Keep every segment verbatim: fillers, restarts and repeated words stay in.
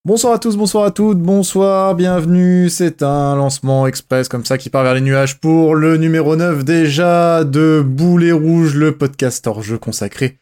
Bonsoir à tous, bonsoir à toutes, bonsoir, bienvenue, c'est un lancement express comme ça qui part vers les nuages pour le numéro neuf déjà de Boulet Rouge, le podcast hors jeu consacré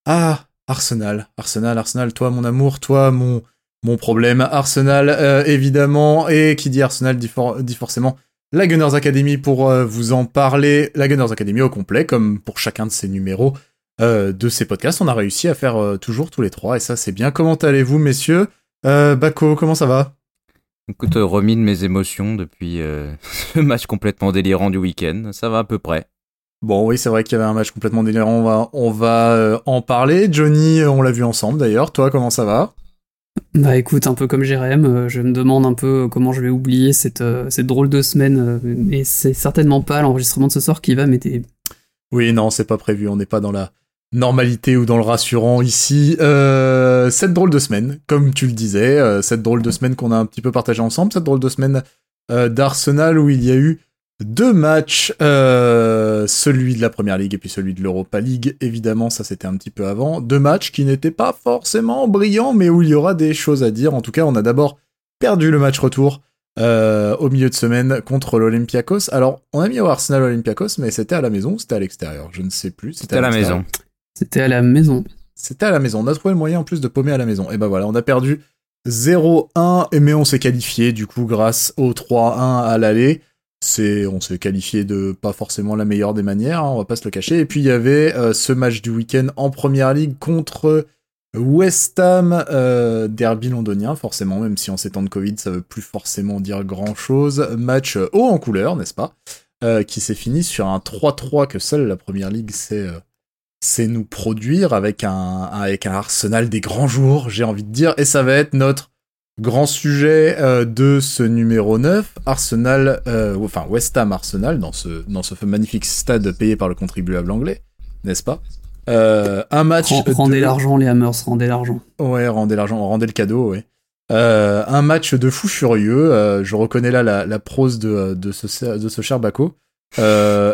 à Arsenal. Arsenal, Arsenal, toi mon amour, toi mon, mon problème, Arsenal euh, évidemment, et qui dit Arsenal dit, for- dit forcément la Gunners Academy pour euh, vous en parler, la Gunners Academy au complet, comme pour chacun de ces numéros euh, de ces podcasts, on a réussi à faire euh, toujours tous les trois, et ça c'est bien. Comment allez-vous messieurs? Euh, Bako, comment ça va? Écoute, euh, remis de mes émotions depuis euh, ce match complètement délirant du week-end, ça va à peu près. Bon, oui, c'est vrai qu'il y avait un match complètement délirant, on va, on va euh, en parler. Johnny, euh, on l'a vu ensemble d'ailleurs. Toi, comment ça va? Bah écoute, un peu comme Jérém, euh, je me demande un peu comment je vais oublier cette, euh, cette drôle de semaine, euh, et c'est certainement pas l'enregistrement de ce soir qui va m'aider. Oui, non, c'est pas prévu, on n'est pas dans la normalité ou dans le rassurant ici. Euh, cette drôle de semaine, comme tu le disais, euh, cette drôle de semaine qu'on a un petit peu partagée ensemble, cette drôle de semaine euh, d'Arsenal où il y a eu deux matchs, euh, celui de la Première Ligue et puis celui de l'Europa League, évidemment, ça c'était un petit peu avant. Deux matchs qui n'étaient pas forcément brillants, mais où il y aura des choses à dire. En tout cas, on a d'abord perdu le match retour euh, au milieu de semaine contre l'Olympiakos. Alors, on a mis au Arsenal Olympiakos, mais c'était à la maison ou c'était à l'extérieur? Je ne sais plus. C'était à la maison. C'était à la maison. C'était à la maison. On a trouvé le moyen en plus de paumer à la maison. Et ben voilà, on a perdu zéro un, mais on s'est qualifié du coup grâce au trois un à l'aller. C'est, on s'est qualifié de pas forcément la meilleure des manières, hein, on va pas se le cacher. Et puis il y avait euh, ce match du week-end en Première Ligue contre West Ham, euh, derby londonien, forcément, même si en ces temps de Covid, ça veut plus forcément dire grand-chose. Match euh, haut en couleur, n'est-ce pas, euh, qui s'est fini sur un trois trois que seule la Première Ligue sait, euh, sait nous produire, avec un, avec un Arsenal des grands jours, j'ai envie de dire. Et ça va être notre grand sujet euh, de ce numéro neuf, Arsenal, euh, enfin West Ham Arsenal, dans ce, dans ce magnifique stade payé par le contribuable anglais, n'est-ce pas? Euh, un match. Ren- rendez de... l'argent, les Hammers, rendez l'argent. Ouais, rendez l'argent, rendez le cadeau, ouais. Euh, un match de fou furieux. Euh, je reconnais là la, la prose de, de, ce, de ce cher Bako. Euh...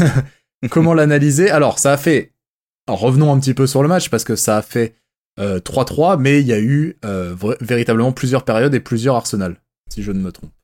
Comment l'analyser? Alors, ça a fait. Alors, revenons un petit peu sur le match parce que ça a fait euh, trois trois, mais il y a eu euh, vra- véritablement plusieurs périodes et plusieurs Arsenal, si je ne me trompe.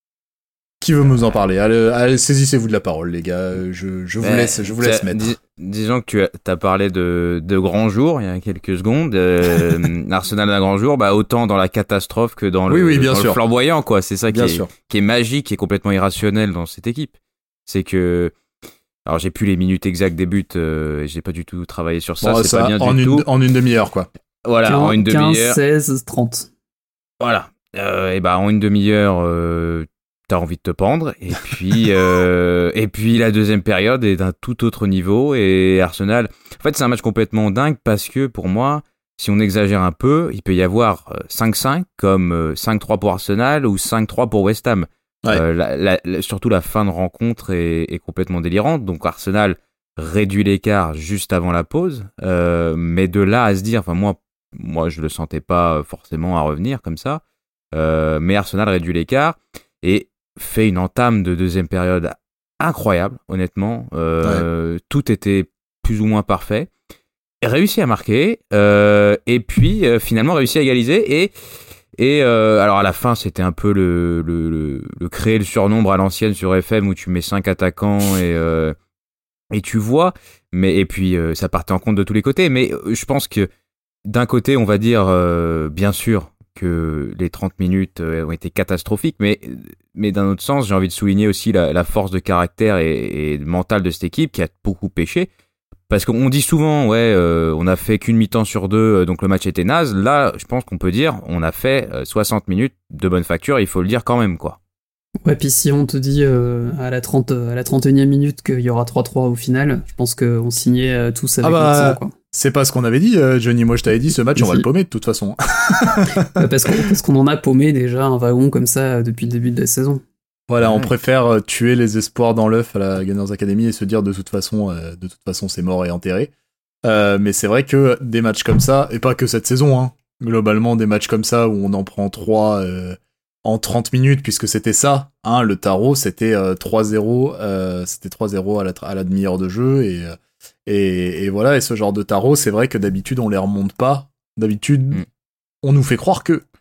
Qui veut nous en parler? Allez, allez, saisissez-vous de la parole, les gars. Je, je vous Mais, laisse, je vous laisse t'as- mettre. dis- disons que tu as t'as parlé de, de grands jours il y a quelques secondes. Euh, Arsenal d'un grand jour, bah autant dans la catastrophe que dans le, Oui, oui, bien dans le sûr. flamboyant, quoi. C'est ça qui Bien est, sûr. qui est magique, qui est complètement irrationnel dans cette équipe. C'est que, alors j'ai plus les minutes exactes des buts, euh, et j'ai pas du tout travaillé sur ça. Bon, c'est ça, pas bien en du une, tout. en une demi-heure, quoi. Voilà, en une quinze, demi-heure. seize, trente. Voilà. Euh, et bah en une demi-heure, euh, t'as envie de te pendre. Et puis, euh, et puis la deuxième période est d'un tout autre niveau. Et Arsenal, en fait, c'est un match complètement dingue parce que pour moi, si on exagère un peu, il peut y avoir euh, cinq cinq comme euh, cinq trois pour Arsenal ou cinq trois pour West Ham. Ouais. Euh, la, la, la- surtout la fin de rencontre est, est complètement délirante. Donc Arsenal réduit l'écart juste avant la pause. Euh, mais de là à se dire, enfin moi, moi je le sentais pas forcément à revenir comme ça. Euh, mais Arsenal réduit l'écart et fait une entame de deuxième période incroyable, honnêtement. Euh, Tout était plus ou moins parfait. Réussit à marquer euh, et puis euh, finalement réussit à égaliser et et euh, alors à la fin c'était un peu le, le, le, le créer le surnombre à l'ancienne sur F M où tu mets cinq attaquants et euh, et tu vois, mais et puis euh, ça partait en compte de tous les côtés. Mais euh, je pense que d'un côté, on va dire euh, bien sûr que les trente minutes euh, ont été catastrophiques, mais mais d'un autre sens, j'ai envie de souligner aussi la, la force de caractère et, et mentale de cette équipe qui a beaucoup pêché. Parce qu'on dit souvent, ouais, euh, on a fait qu'une mi-temps sur deux, euh, donc le match était naze. Là, je pense qu'on peut dire, on a fait euh, soixante minutes de bonne facture, il faut le dire quand même, quoi. Ouais, puis si on te dit euh, à la trente, à la trente et unième minute qu'il y aura trois trois au final, je pense qu'on signait euh, tous avec Ah bah, notre sang, quoi. C'est pas ce qu'on avait dit, euh, Johnny. Moi, je t'avais dit, ce match, on va Si. le paumer de toute façon. Ouais, parce qu'on parce qu'on en a paumé déjà un wagon comme ça euh, depuis le début de la saison. Voilà, on Ouais. préfère euh, tuer les espoirs dans l'œuf à la Gunners Academy et se dire de toute façon, euh, de toute façon, c'est mort et enterré. Euh, mais c'est vrai que des matchs comme ça, et pas que cette saison, hein, globalement, des matchs comme ça où on en prend trois euh, en trente minutes, puisque c'était ça, hein, le tarot, c'était euh, trois zéro, euh, c'était trois zéro à la, tra- à la demi-heure de jeu, et, euh, et, et voilà, et ce genre de tarot, c'est vrai que d'habitude, on les remonte pas. D'habitude, Mm. on nous fait croire que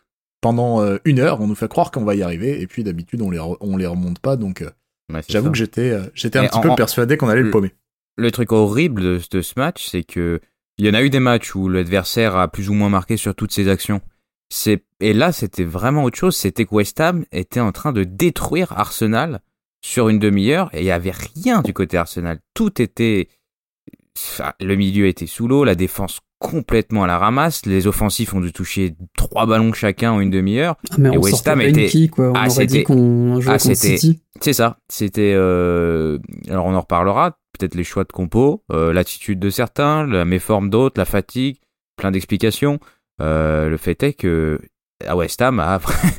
pendant euh, une heure, on nous fait croire qu'on va y arriver, et puis d'habitude, on les, re- on les remonte pas, donc euh, Ouais, c'est j'avoue ça. que j'étais, euh, j'étais un Et petit en- peu en- persuadé qu'on allait le le- paumer. Le truc horrible de, de ce match, c'est que il y en a eu des matchs où l'adversaire a plus ou moins marqué sur toutes ses actions. C'est, et là, c'était vraiment autre chose. C'était que West Ham était en train de détruire Arsenal sur une demi-heure et il y avait rien du côté Arsenal. Tout était, enfin, le milieu était sous l'eau, la défense complètement à la ramasse. Les offensifs ont dû toucher trois ballons chacun en une demi-heure. Ah, mais Et on West sortait Ham pas était- une quille, quoi. On Ah, aurait c'était- dit qu'on jouait Ah, contre c'était- City. C'est ça. C'était. Euh... Alors on en reparlera. Peut-être les choix de compo, euh, l'attitude de certains, la méforme d'autres, la fatigue, plein d'explications. Euh, le fait est que à West Ham a,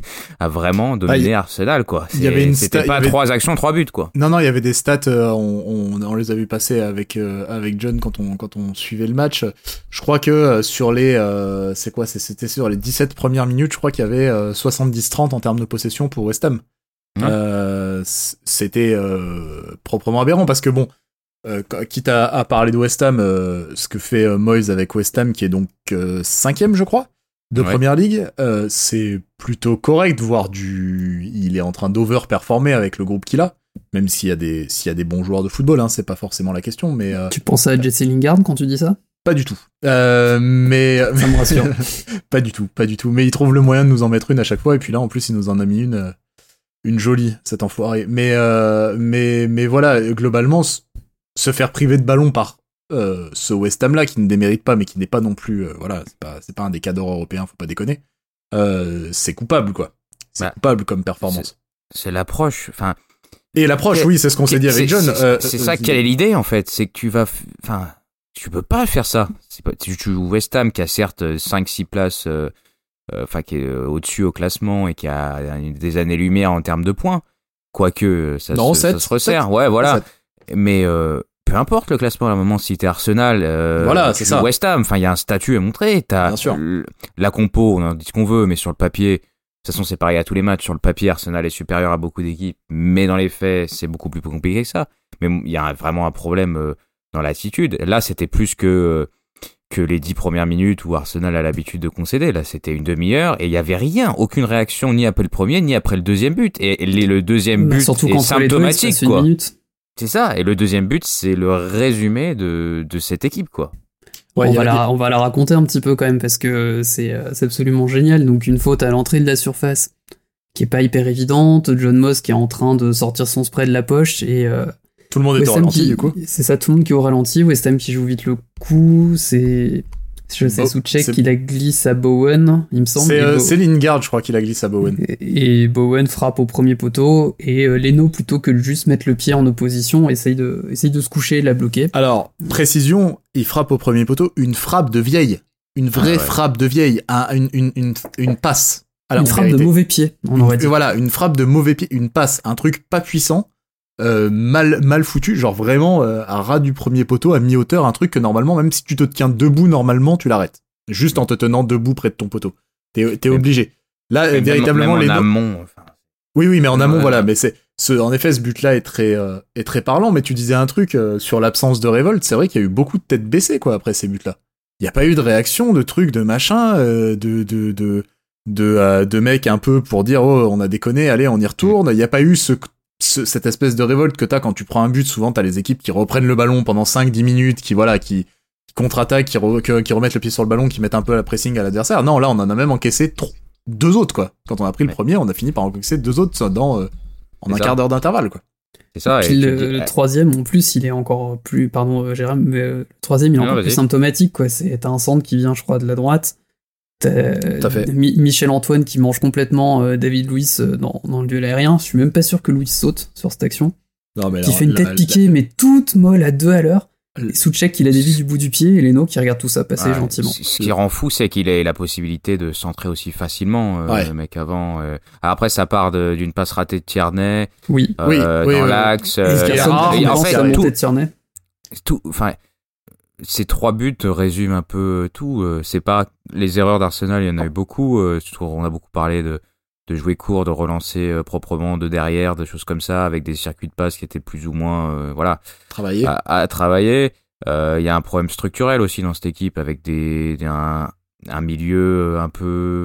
a vraiment dominé Ah, y- Arsenal, quoi. il y avait une C'était sta- il y pas avait- trois actions, trois buts, quoi. Non, non, il y avait des stats, euh, on, on, on les a vu passer avec, euh, avec John quand on, quand on suivait le match. Je crois que euh, sur les, euh, c'est quoi, c'est- c'était sur les dix-sept premières minutes, je crois qu'il y avait euh, soixante-dix trente en termes de possession pour West Ham. Ouais. Euh, c- c'était euh, proprement aberrant parce que bon, euh, quitte à, à parler de West Ham, euh, ce que fait euh, Moyes avec West Ham, qui est donc euh, cinquième, je crois, de Ouais. Première Ligue, euh, c'est plutôt correct, voire du, il est en train d'over-performer avec le groupe qu'il a, même s'il y a des, s'il y a des bons joueurs de football, hein, c'est pas forcément la question, mais euh, Tu pensais à Jesse Lingard quand tu dis ça? pas du tout. Euh, mais Ça me rassure. pas du tout, pas du tout. Mais il trouve le moyen de nous en mettre une à chaque fois, et puis là, en plus, il nous en a mis une, euh, une jolie, cet enfoiré. Mais, euh, mais, mais voilà, globalement, s- se faire priver de ballon par euh, ce West Ham-là, qui ne démérite pas, mais qui n'est pas non plus, euh, voilà, c'est pas, c'est pas un des cadres européens, faut pas déconner. Euh, c'est coupable, quoi. C'est Bah, coupable comme performance. C'est l'approche. Enfin, Et l'approche, que- oui, c'est ce qu'on s'est dit avec c'est- John. C'est euh, c'est euh, ça quelle est l'idée en fait, c'est que tu vas, f- enfin, tu peux pas faire ça. C'est pas, tu tu joues West Ham qui a certes cinq six places, euh, euh, enfin qui est euh, au-dessus au classement et qui a des années-lumière en termes de points. Quoique ça, Non, se, sept, ça se resserre, ouais, voilà. sept. Mais euh, peu importe le classement à un moment, si t'es Arsenal, euh, Voilà, tu c'est joues ça. West Ham, enfin il y a un statut à montrer. T'as Bien sûr. l- la compo, on en dit ce qu'on veut, mais sur le papier. De toute façon, c'est pareil à tous les matchs. Sur le papier, Arsenal est supérieur à beaucoup d'équipes, mais dans les faits, c'est beaucoup plus compliqué que ça. Mais il y a vraiment un problème euh, dans l'attitude. Là, c'était plus que euh, que les dix premières minutes où Arsenal a l'habitude de concéder. Là, c'était une demi-heure et il y avait rien, aucune réaction ni après le premier ni après le deuxième but. Et, et les- le deuxième Bah, but surtout est quand les deux, il se symptomatique, passe une quoi. minute. C'est ça. Et le deuxième but, c'est le résumé de de cette équipe, quoi. Ouais, on, il y a- va la, on va la raconter un petit peu quand même parce que c'est euh, c'est absolument génial. Donc une faute à l'entrée de la surface qui est pas hyper évidente, John Moss qui est en train de sortir son spray de la poche et euh, Tout le monde est West au Ham ralenti, qui- du coup. c'est ça, tout le monde qui est au ralenti, West Ham qui joue vite le coup, c'est je sais Bo- Souček c'est- qui la glisse à Bowen, il me semble. C'est et euh, Bo- c'est Lingard, je crois, qui la glisse à Bowen. Et et Bowen frappe au premier poteau et euh, Leno plutôt que de juste mettre le pied en opposition essaye de essaye de se coucher et de la bloquer. Alors, précision, il frappe au premier poteau, une frappe de vieille. Une vraie Ah ouais. frappe de vieille. Un- une, une, une, une passe. Alors, Une en frappe de vérité. mauvais pied, on aurait dit. Voilà, une frappe de mauvais pied, une passe, un truc pas puissant, euh, mal, mal foutu, genre vraiment euh, à ras du premier poteau, à mi-hauteur, un truc que normalement, même si tu te tiens debout, normalement, tu l'arrêtes. Juste en te tenant debout près de ton poteau. T'es, t'es Même- obligé. Là, Même- véritablement, même les en no- amont, enfin, Oui, oui, mais en amont, Ouais. voilà. Mais c'est, ce, en effet, ce but-là est très, euh, est très parlant. Mais tu disais un truc euh, sur l'absence de révolte. C'est vrai qu'il y a eu beaucoup de têtes baissées, quoi, après ces buts-là. Il n'y a pas eu de réaction, de trucs, de machin, euh, de, de, de, de, euh, de mecs un peu pour dire, oh, on a déconné, allez, on y retourne. Il n'y a pas eu ce, ce- cette espèce de révolte que t'as quand tu prends un but. Souvent, t'as les équipes qui reprennent le ballon pendant cinq dix minutes, qui, voilà, qui, qui contre-attaquent, qui, re- que- qui remettent le pied sur le ballon, qui mettent un peu la pressing à l'adversaire. Non, là, on en a même encaissé tro- deux autres, quoi. Quand on a pris le Ouais. premier, on a fini par encaisser deux autres dans, euh, en C'est un ça. quart d'heure d'intervalle, quoi. c'est ça. Puis et tu le, te dis, le eh, troisième, en plus, il est encore plus, pardon, euh, Jérôme, mais euh, le troisième, il est Non, encore vas-y. plus symptomatique, quoi. C'est, t'as un centre qui vient, je crois, de la droite. T'as Tout à fait. Mi- Michel Antoine qui mange complètement euh, David Luiz euh, dans, dans le duel aérien. Je suis même pas sûr que Luiz saute sur cette action. Non, mais Qui alors, fait une la- tête la- piquée, mais toute molle à deux à l'heure. Le- Et Souček qui la dévie du bout du pied, et Leno qui regarde tout ça passer ouais, gentiment. Ce ce qui rend fou, c'est qu'il ait la possibilité de centrer aussi facilement, euh, Ouais. le mec avant. euh. Alors après, ça part de- d'une passe ratée de Tierney Oui. euh, Oui, oui, dans oui, l'axe. Et euh, ce qui est Personne rare, qui et en pense fait, à la tout, montée de Tierney. tout, enfin, ces trois buts résument un peu tout. euh, C'est pas les erreurs d'Arsenal, il y en a eu beaucoup. euh, je trouve, on a beaucoup parlé de de jouer court, de relancer euh, proprement de derrière, des choses comme ça, avec des circuits de passe qui étaient plus ou moins, euh, voilà, Travailler. à, à travailler. Euh, Il y a un problème structurel aussi dans cette équipe avec des, des- un, un milieu un peu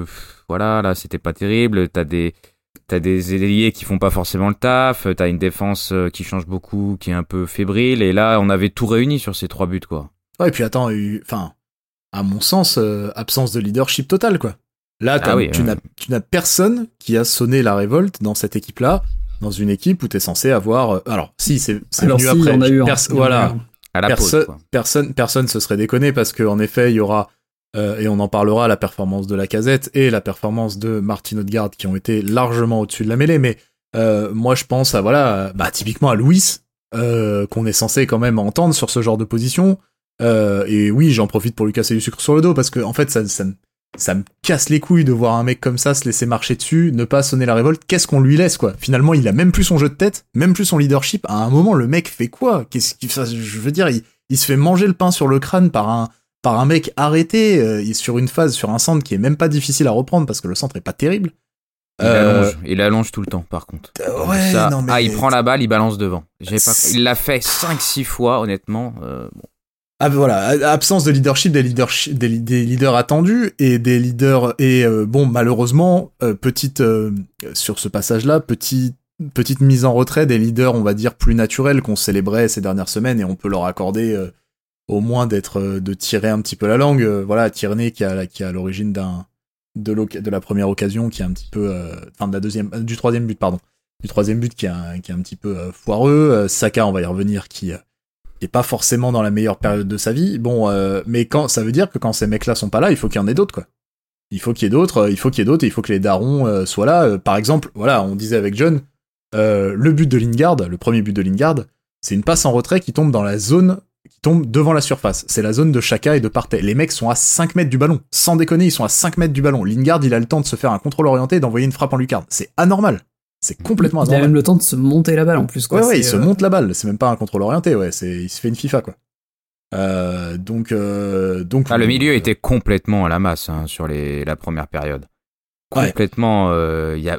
voilà, là c'était pas terrible. T'as des t'as des ailiers qui font pas forcément le taf. T'as une défense qui change beaucoup, qui est un peu fébrile. Et là, on avait tout réuni sur ces trois buts, quoi. Ouais, et puis attends, enfin, à mon sens, euh, absence de leadership total, quoi. Là, Ah oui, tu, euh... n'as, tu n'as personne qui a sonné la révolte dans cette équipe-là, dans une équipe où t'es censé avoir. Euh, alors, si, c'est, c'est alors, venu si, après. Il y en a eu Pers- un. Voilà. À la Perso- pause, quoi. Personne, personne se serait déconné parce qu'en effet, il y aura, euh, et on en parlera, la performance de Lacazette et la performance de Martin Odegaard qui ont été largement au-dessus de la mêlée. Mais euh, moi, je pense à, voilà, bah, typiquement à Luis, euh, qu'on est censé quand même entendre sur ce genre de position. Euh, et oui, j'en profite pour lui casser du sucre sur le dos parce que, en fait, ça, ça, ça me casse les couilles de voir un mec comme ça se laisser marcher dessus, ne pas sonner la révolte. Qu'est-ce qu'on lui laisse, quoi? Finalement, il a même plus son jeu de tête, même plus son leadership. À un moment, le mec fait quoi? Qu'est-ce qu'il, ça, je veux dire, il, il se fait manger le pain sur le crâne par un, par un mec arrêté, euh, il est sur une phase, sur un centre qui est même pas difficile à reprendre parce que le centre est pas terrible. Il Euh, allonge, il allonge tout le temps, par contre. Euh, ouais, Ça- non, mais- Ah, il prend la balle, il balance devant. J'ai pas... C'est- Il l'a fait cinq six fois, honnêtement. Euh, bon. Ah voilà, absence de leadership, des leaders, des, li- des leaders attendus et des leaders et euh, bon malheureusement euh, petite euh, sur ce passage-là petite petite mise en retrait des leaders on va dire plus naturels qu'on célébrait ces dernières semaines et on peut leur accorder euh, au moins d'être euh, de tirer un petit peu la langue. Euh, voilà, Tierney qui a qui a à l'origine d'un de, de la première occasion qui est un petit peu euh, enfin de la deuxième du troisième but pardon du troisième but qui est un, qui est un petit peu euh, foireux. Euh, Saka on va y revenir qui euh, qui est pas forcément dans la meilleure période de sa vie. Bon, euh, mais quand ça veut dire que quand ces mecs-là sont pas là, il faut qu'il y en ait d'autres, quoi. Il faut qu'il y ait d'autres, euh, il faut qu'il y ait d'autres, et il faut que les darons euh, soient là. Euh, par exemple, voilà, on disait avec John, euh, le but de Lingard, le premier but de Lingard, c'est une passe en retrait qui tombe dans la zone, qui tombe devant la surface. C'est la zone de Xhaka et de Partey. Les mecs sont à cinq mètres du ballon. Sans déconner, ils sont à cinq mètres du ballon. Lingard, il a le temps de se faire un contrôle orienté et d'envoyer une frappe en lucarne. C'est anormal. C'est complètement Il a anormal. même le temps de se monter la balle en plus, quoi. Ouais, ouais, C'est, il se euh, monte la balle. C'est même pas un contrôle orienté, ouais. C'est, il se fait une FIFA, quoi. Euh, donc, euh, donc. Ah, le milieu euh, était complètement à la masse hein, sur les, la première période. Ouais. Complètement. Euh, y a...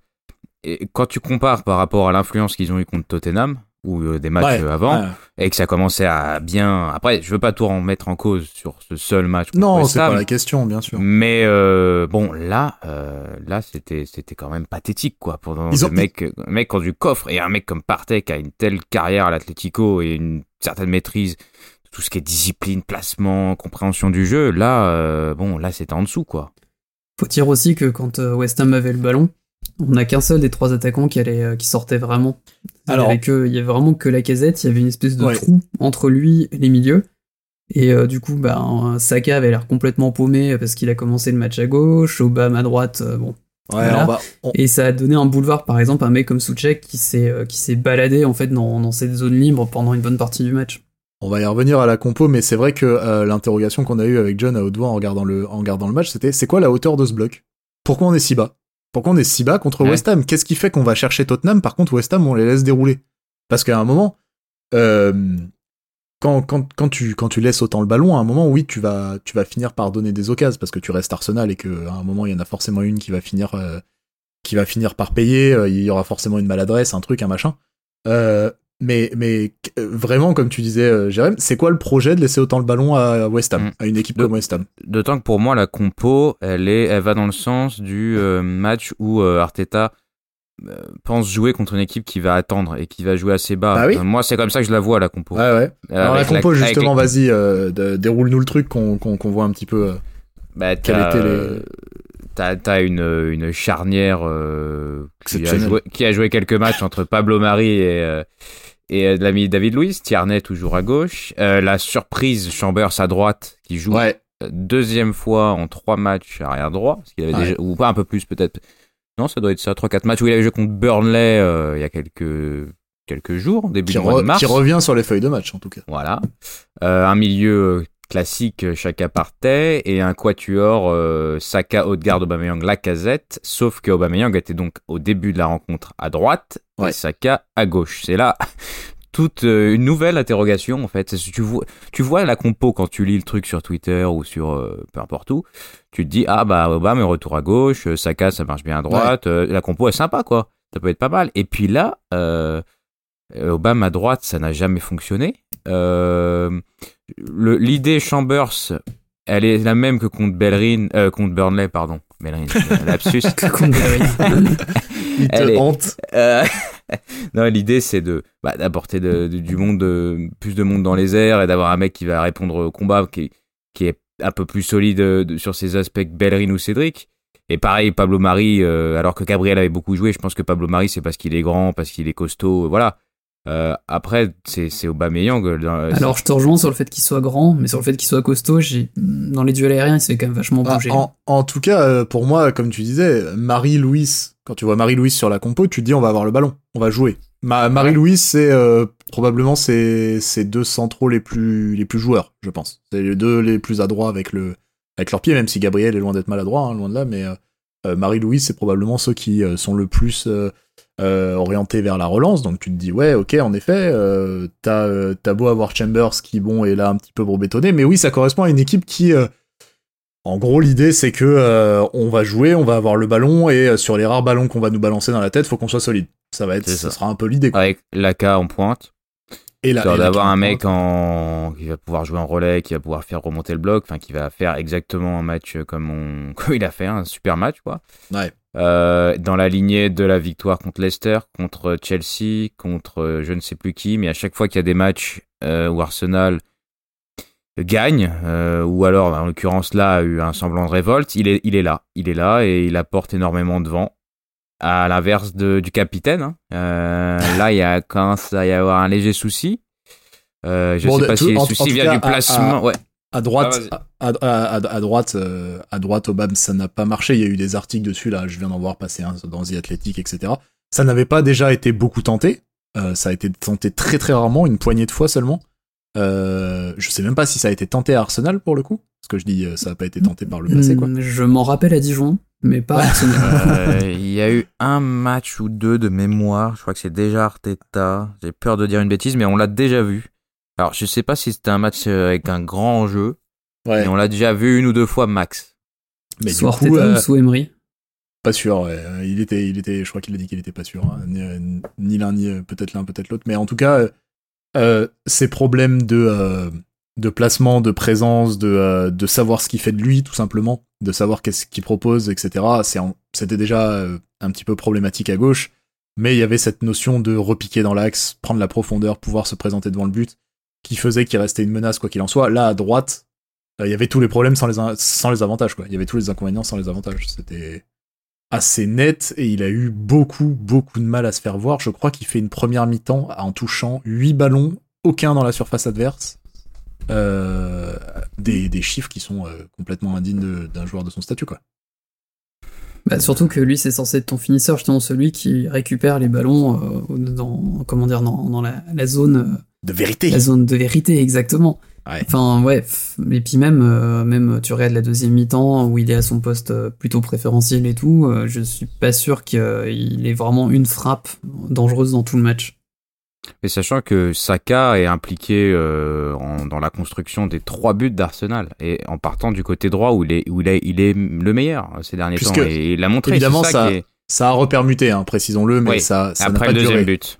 Et quand tu compares par rapport à l'influence qu'ils ont eu contre Tottenham, ou euh, des matchs ouais, euh, avant, ouais. et que ça commençait à bien... Après, je veux pas tout remettre en cause sur ce seul match contre Non, West c'est Ham, pas la question, bien sûr. mais euh, bon, là, euh, là, c'était, c'était quand même pathétique, quoi. Pour un Ils ont- mec, un mec qui a du coffre et un mec comme Partey qui a une telle carrière à l'Atlético et une certaine maîtrise de tout ce qui est discipline, placement, compréhension du jeu. Là, euh, bon, là, c'était en dessous, quoi. Faut dire aussi que quand euh, West Ham avait le ballon, on n'a qu'un seul des trois attaquants qui, allait, euh, qui sortait vraiment. Alors- il, y avait que, il y avait vraiment que Lacazette, il y avait une espèce de Ouais. trou entre lui et les milieux. Et euh, du coup, bah, un- Saka avait l'air complètement paumé parce qu'il a commencé le match à gauche, Aubame à droite, euh, bon. Ouais, Voilà. on va. on- Et ça a donné un boulevard, par exemple, à un mec comme Souček qui s'est, euh, qui s'est baladé en fait dans, dans cette zone libre pendant une bonne partie du match. On va y revenir à la compo, mais c'est vrai que euh, l'interrogation qu'on a eue avec John à haute voix en regardant le, en regardant le match, c'était c'est quoi la hauteur de ce bloc? Pourquoi on est si bas? Pourquoi on est si bas contre Ouais. West Ham? Qu'est-ce qui fait qu'on va chercher Tottenham? Par contre, West Ham, on les laisse dérouler. Parce qu'à un moment, euh, quand, quand, quand, tu, quand tu laisses autant le ballon, à un moment, oui, tu vas, tu vas finir par donner des occasions parce que tu restes Arsenal et qu'à un moment, il y en a forcément une qui va finir, euh, qui va finir par payer. euh, Il y aura forcément une maladresse, un truc, un machin. Euh, mais, mais euh, vraiment, comme tu disais, euh, Jérém, c'est quoi le projet de laisser autant le ballon à West Ham, Mm. à une équipe De- comme West Ham? D'autant que pour moi, la compo, elle, est, elle va dans le sens du euh, match où euh, Arteta euh, pense jouer contre une équipe qui va attendre et qui va jouer assez bas. Bah oui. Euh, moi, c'est comme ça que je la vois, la compo. Ouais, ouais. Euh, Alors la avec compo, avec justement, les- vas-y, euh, de- déroule-nous le truc qu'on qu'on qu'on voit un petit peu. euh. Bah, Quelle t'as, était les- euh, t'as, t'as une, une charnière euh, qui, a Exceptionnelle. joué, qui a joué quelques matchs entre Pablo Mari et, euh, et euh, de l'ami David Luiz. Tierney toujours à gauche. Euh, la surprise Chambers à droite qui joue Ouais. deuxième fois en trois matchs arrière droit. Parce qu'il avait Ouais. déjà, ou pas un peu plus peut-être. Non, ça doit être ça, trois quatre matchs où il avait joué contre Burnley euh, il y a quelques, quelques jours, début Qui, du mois re- de mars. qui revient sur les feuilles de match, en tout cas. Voilà. Euh, un milieu classique, Xhaka Partey, et un quatuor euh, Saka, Odegaard, Aubameyang, Lacazette, sauf que Aubameyang était donc au début de la rencontre à droite, Ouais. et Saka à gauche. C'est là toute euh, une nouvelle interrogation, en fait. C'est, tu, vois, tu vois la compo quand tu lis le truc sur Twitter ou sur euh, peu importe où, tu te dis, ah bah Aubame est retour à gauche, euh, Saka ça marche bien à droite, euh, la compo est sympa, quoi. Ça peut être pas mal. Et puis là, euh, Aubame à droite, ça n'a jamais fonctionné. Euh, le, l'idée Chambers, elle est la même que contre Bellerin, euh, contre Burnley, pardon. Bellerin, lapsus. contre Bellerin. Il te est, hante. Euh, non, l'idée c'est de bah, d'apporter de, de, du monde, de, plus de monde dans les airs et d'avoir un mec qui va répondre au combat, qui, qui est un peu plus solide de, sur ses aspects que Bellerin ou Cédric. Et pareil, Pablo Mari, euh, alors que Gabriel avait beaucoup joué, je pense que Pablo Mari c'est parce qu'il est grand, parce qu'il est costaud, voilà. Euh, après, c'est, c'est Aubameyang. Euh, Alors, c'est... je te rejoins sur le fait qu'il soit grand, mais sur le fait qu'il soit costaud, j'ai... dans les duels aériens, il s'est quand même vachement bougé. Ah, en, en tout cas, pour moi, comme tu disais, Marie-Louise, quand tu vois Marie-Louise sur la compo, tu te dis on va avoir le ballon, on va jouer. Ma, Marie-Louise, c'est euh, probablement ses, ses deux centraux les plus, les plus joueurs, je pense. C'est les deux les plus adroits avec, le, avec leurs pieds, même si Gabriel est loin d'être maladroit, hein, loin de là, mais euh, Marie-Louise, c'est probablement ceux qui euh, sont le plus... Euh, Euh, orienté vers la relance, donc tu te dis ouais ok en effet euh, t'as, euh, t'as beau avoir Chambers qui bon est là un petit peu pour bétonner, mais oui ça correspond à une équipe qui euh, en gros l'idée c'est que euh, on va jouer, on va avoir le ballon et euh, sur les rares ballons qu'on va nous balancer dans la tête faut qu'on soit solide, ça va être ça, ça sera un peu l'idée quoi. Avec Laka en pointe et là d'avoir un mec en... qui va pouvoir jouer en relais, qui va pouvoir faire remonter le bloc, enfin qui va faire exactement un match comme on comme il a fait, un super match quoi. Ouais. Euh, dans la lignée de la victoire contre Leicester, contre Chelsea, contre euh, je ne sais plus qui, mais à chaque fois qu'il y a des matchs euh, où Arsenal gagne, euh, ou alors en l'occurrence là a eu un semblant de révolte, il est, il est là, il est là et il apporte énormément de vent. À l'inverse de, du capitaine, hein. euh, là il y a commence à y avoir un léger souci. Euh, je bon, sais pas tout, si le en, souci en vient cas, du placement. À, à, ouais. à droite, ah, à, à, à, à droite, euh, à droite, Obama, ça n'a pas marché. Il y a eu des articles dessus là. Je viens d'en voir passer un dans The Athletic, et cetera. Ça n'avait pas déjà été beaucoup tenté. Euh, ça a été tenté très très rarement, une poignée de fois seulement. Euh, je sais même pas si ça a été tenté à Arsenal pour le coup. Parce que je dis, ça n'a pas été tenté par le passé quoi. Je m'en rappelle à Dijon, mais pas à Arsenal. Il euh, y a eu un match ou deux de mémoire. Je crois que c'est déjà Arteta. J'ai peur de dire une bêtise, mais on l'a déjà vu. Alors, je sais pas si c'était un match avec un grand enjeu, ouais. Mais on l'a déjà vu une ou deux fois max. Mais soit du coup, Arteta euh, ou Emery. Pas sûr, ouais. Il était, il était, je crois qu'il a dit qu'il était pas sûr. Hein. Ni, ni l'un, ni peut-être l'un, peut-être l'autre. Mais en tout cas, euh, ces problèmes de, euh, de placement, de présence, de, euh, de savoir ce qu'il fait de lui, tout simplement, de savoir qu'est-ce qu'il propose, et cetera. C'est en, c'était déjà euh, un petit peu problématique à gauche. Mais il y avait cette notion de repiquer dans l'axe, prendre la profondeur, pouvoir se présenter devant le but, qui faisait qu'il restait une menace quoi qu'il en soit. Là à droite, il euh, y avait tous les problèmes sans les in- sans les avantages quoi. Il y avait tous les inconvénients sans les avantages. C'était assez net et il a eu beaucoup beaucoup de mal à se faire voir. Je crois qu'il fait une première mi-temps en touchant huit ballons, aucun dans la surface adverse. Euh, des, des chiffres qui sont euh, complètement indignes de, d'un joueur de son statut quoi. Bah, surtout que lui c'est censé être ton finisseur, justement celui qui récupère les ballons euh, dans comment dire dans, dans la, la zone euh, de vérité. La zone de vérité, exactement. Ouais. Enfin, ouais. Et puis même, euh, même, tu regardes la deuxième mi-temps où il est à son poste plutôt préférentiel et tout. Euh, je suis pas sûr qu'il ait vraiment une frappe dangereuse dans tout le match. Mais sachant que Saka est impliqué euh, en, dans la construction des trois buts d'Arsenal et en partant du côté droit où il est, où il est, il est le meilleur ces derniers Puisque, temps et il l'a montré. Évidemment, c'est ça, ça, qui est... ça a repermuté, hein, précisons-le, mais oui. ça, ça après n'a pas le deuxième duré. but.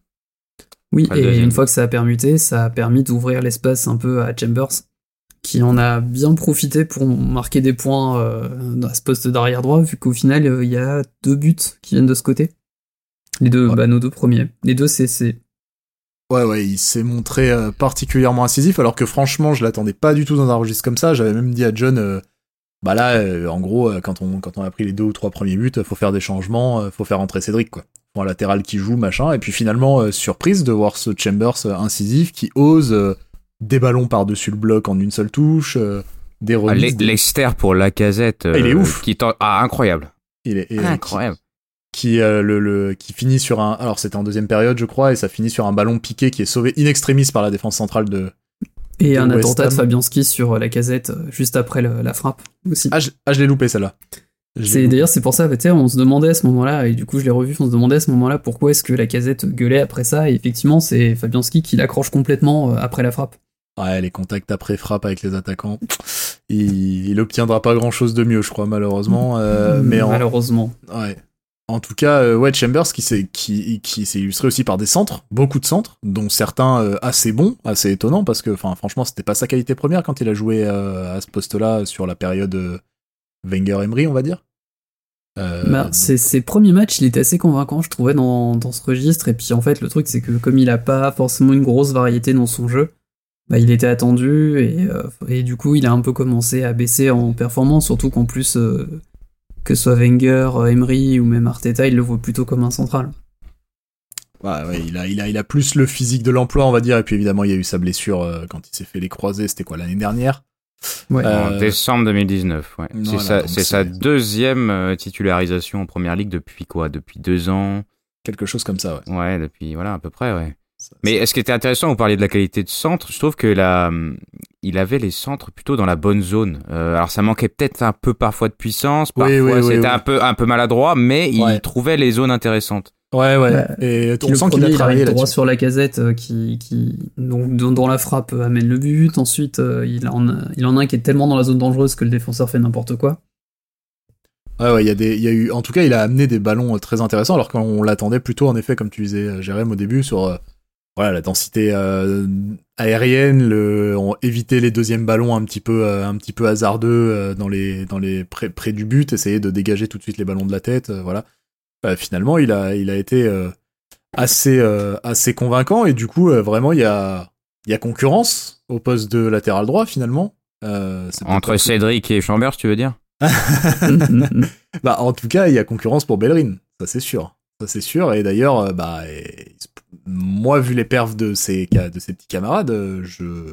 Oui, Après et une fois que ça a permuté, ça a permis d'ouvrir l'espace un peu à Chambers, qui en a bien profité pour marquer des points euh, à ce poste d'arrière droit, vu qu'au final, il euh, y a deux buts qui viennent de ce côté. Les deux, ouais. bah, nos deux premiers. Les deux, c'est... c'est... Ouais, ouais, il s'est montré euh, particulièrement incisif, alors que franchement, je l'attendais pas du tout dans un registre comme ça. J'avais même dit à John, euh, bah là, euh, en gros, euh, quand on, quand on a pris les deux ou trois premiers buts, faut faire des changements, euh, faut faire entrer Cédric, quoi. Un latéral qui joue, machin, et puis finalement, euh, surprise de voir ce Chambers euh, incisif qui ose euh, des ballons par-dessus le bloc en une seule touche, euh, des remises... Ah, des... Leicester pour Lacazette, euh, ah, il est ouf. Qui tend... Ah, incroyable. Il est, ah, incroyable. Qui, qui, euh, le, le, qui finit sur un... Alors, c'était en deuxième période, je crois, et ça finit sur un ballon piqué qui est sauvé in extremis par la défense centrale de... Et de un West attentat Ham. de Fabianski sur Lacazette, juste après le, la frappe, aussi. Ah, je, ah, je l'ai loupé, celle-là. C'est, d'ailleurs, c'est pour ça, tu sais, on se demandait à ce moment-là, et du coup je l'ai revu, on se demandait à ce moment-là pourquoi est-ce que Lacazette gueulait après ça, et effectivement c'est Fabianski qui l'accroche complètement après la frappe. Ouais, les contacts après frappe avec les attaquants, il, il obtiendra pas grand-chose de mieux, je crois, malheureusement. Euh, mmh, mais en... Malheureusement. Ouais. En tout cas, euh, ouais, Chambers qui s'est qui qui s'est illustré aussi par des centres, beaucoup de centres, dont certains euh, assez bons, assez étonnants parce que, enfin, franchement, c'était pas sa qualité première quand il a joué euh, à ce poste-là sur la période euh, Wenger-Emery, on va dire. Euh, bah, donc... ses, ses premiers matchs, il était assez convaincant, je trouvais, dans dans ce registre. Et puis en fait, le truc, c'est que comme il a pas forcément une grosse variété dans son jeu, bah, il était attendu et euh, et du coup, il a un peu commencé à baisser en performance, surtout qu'en plus. Euh, que ce soit Wenger, Emery ou même Arteta, il le voit plutôt comme un central. Ouais, ouais, il a, il a, il a plus le physique de l'emploi, on va dire, et puis évidemment, il y a eu sa blessure euh, quand il s'est fait les croisés, c'était quoi, l'année dernière? Ouais. Euh... En décembre deux mille dix-neuf, ouais. Voilà, c'est sa, c'est c'est sa deuxième euh, titularisation en première ligue depuis quoi? Depuis deux ans? Quelque chose comme ça, ouais. Ouais, depuis, voilà, à peu près, ouais. Ça, mais ce qui était intéressant, vous parliez de la qualité de centre, je trouve que la, il avait les centres plutôt dans la bonne zone. Euh, alors ça manquait peut-être un peu parfois de puissance, parfois oui, oui, c'était oui, un oui. peu un peu maladroit, mais il ouais. trouvait les zones intéressantes. Ouais, ouais. ouais. Et on sent qu'il a travaillé là droit sur la Casette, euh, qui, qui, donc, dont la frappe amène le but. Ensuite, euh, il en, a, il en a un qui est tellement dans la zone dangereuse que le défenseur fait n'importe quoi. Ouais, ouais, il y a des, il y a eu, en tout cas, il a amené des ballons très intéressants, alors qu'on l'attendait plutôt, en effet, comme tu disais, Jérém, au début, sur, euh, voilà, la densité euh, aérienne, le, on, éviter les deuxièmes ballons un petit peu, euh, un petit peu hasardeux euh, dans les, dans les près, près du but, essayer de dégager tout de suite les ballons de la tête, euh, voilà. Bah, finalement, il a, il a été euh, assez, euh, assez convaincant, et du coup, euh, vraiment, il y a, il y a concurrence au poste de latéral droit, finalement. Euh, c'est Entre Cédric que... et Chambers, tu veux dire? Bah, en tout cas, il y a concurrence pour Bellerin, ça c'est sûr. Ça c'est sûr, et d'ailleurs, bah, et, moi, vu les perfs de ses, de ses petits camarades, je,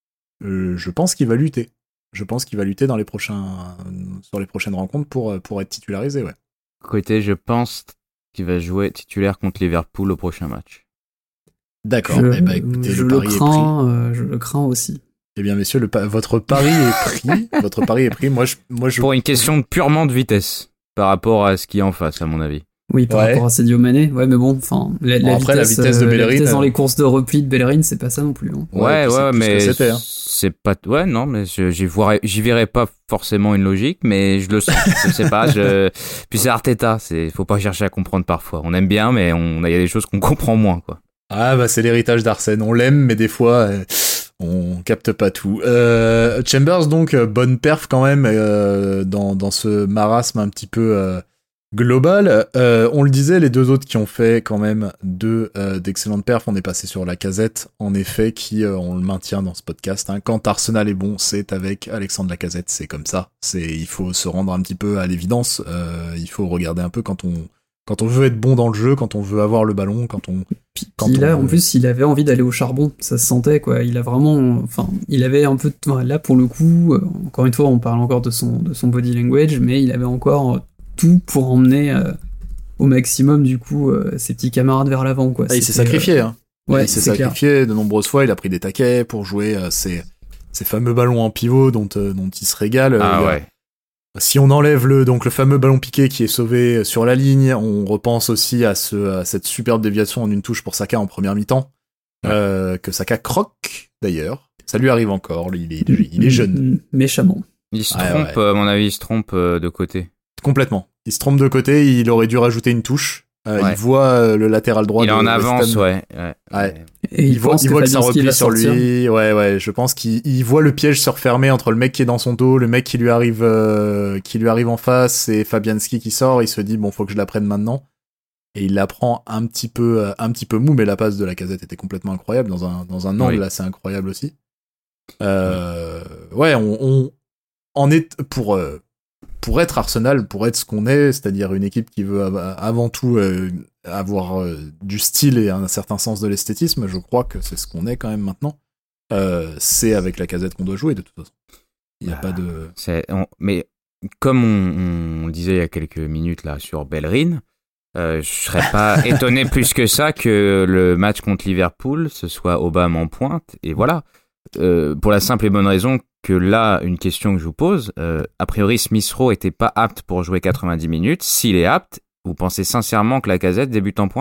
je pense qu'il va lutter. Je pense qu'il va lutter dans les prochains, sur les prochaines rencontres pour, pour être titularisé, ouais. Côté, je pense qu'il va jouer titulaire contre Liverpool au prochain match. D'accord, je, eh bah, écoutez, je le pari le crains, est pris. Euh, je le crains aussi. Eh bien, messieurs, le pa- votre pari est pris. Votre pari est pris. Moi, je, moi, je... Pour une question purement de vitesse, par rapport à ce qui est en face, à mon avis. Oui, par ouais. rapport à Sadio Mané. Ouais, mais bon, enfin, la, la, après, vitesse, la vitesse de euh, Bellerin. La vitesse dans euh... les courses de repli de Bellerin, c'est pas ça non plus. Hein. Ouais, ouais, ouais mais ce c'était, hein. c'est pas, ouais, non, mais je, j'y verrais, j'y verrais pas forcément une logique, mais je le sens. Je sais pas, je, puis c'est Arteta, c'est, faut pas chercher à comprendre parfois. On aime bien, mais on, il y a des choses qu'on comprend moins, quoi. Ah, bah, c'est l'héritage d'Arsène. On l'aime, mais des fois, euh, on capte pas tout. Euh, Chambers, donc, euh, bonne perf quand même, euh, dans, dans ce marasme un petit peu, euh, global. Euh, on le disait, les deux autres qui ont fait quand même deux euh, d'excellentes perfs, on est passé sur la Lacazette, en effet, qui, euh, on le maintient dans ce podcast, hein. Quand Arsenal est bon, c'est avec Alexandre Lacazette, c'est comme ça. C'est, il faut se rendre un petit peu à l'évidence, euh, il faut regarder un peu quand on, quand on veut être bon dans le jeu, quand on veut avoir le ballon, quand on... Puis, quand puis là, on... en plus, il avait envie d'aller au charbon, ça se sentait, quoi. Il a vraiment... Enfin, il avait un peu... De... Là, pour le coup, euh, encore une fois, on parle encore de son, de son body language, mais il avait encore... tout pour emmener euh, au maximum du coup euh, ses petits camarades vers l'avant, quoi. Ah, il s'est sacrifié, euh... hein. Ouais, il s'est sacrifié clair. De nombreuses fois, il a pris des taquets pour jouer euh, ces, ces fameux ballons en pivot dont, euh, dont il se régale. Ah euh, ouais. Si on enlève le, donc, le fameux ballon piqué qui est sauvé sur la ligne, on repense aussi à, ce, à cette superbe déviation en une touche pour Saka en première mi-temps, ouais. euh, que Saka croque d'ailleurs. Ça lui arrive encore, il est, il est jeune. Méchamment. Il se ah, trompe, ouais. à mon avis, il se trompe de côté. Complètement. Il se trompe de côté, il aurait dû rajouter une touche. Euh, ouais. Il voit euh, le latéral droit. Il est en avance, ouais. ouais. ouais. Et il, il voit, il voit que, que ça replie sur lui. Ouais, ouais. Je pense qu'il il voit le piège se refermer entre le mec qui est dans son dos, le mec qui lui arrive, euh, qui lui arrive en face, et Fabianski qui sort. Il se dit bon, faut que je la prenne maintenant. Et il la prend un petit peu, euh, un petit peu mou, mais la passe de la Lacazette était complètement incroyable dans un dans un angle oui. assez incroyable aussi. Euh, ouais, on, on en est pour. Euh, Pour être Arsenal, pour être ce qu'on est, c'est-à-dire une équipe qui veut avant tout euh, avoir euh, du style et un certain sens de l'esthétisme, je crois que c'est ce qu'on est quand même maintenant. Euh, c'est avec la Lacazette qu'on doit jouer de toute façon. Il n'y a bah, pas de... C'est, on, mais comme on, on le disait il y a quelques minutes là sur Bellerin, euh, je serais pas étonné plus que ça que le match contre Liverpool, ce soit Obama en pointe, et voilà. Euh, pour la simple et bonne raison que là, une question que je vous pose, euh, a priori Smith Rowe était pas apte pour jouer quatre-vingt-dix minutes. S'il est apte, vous pensez sincèrement que Lacazette débute en pointe ?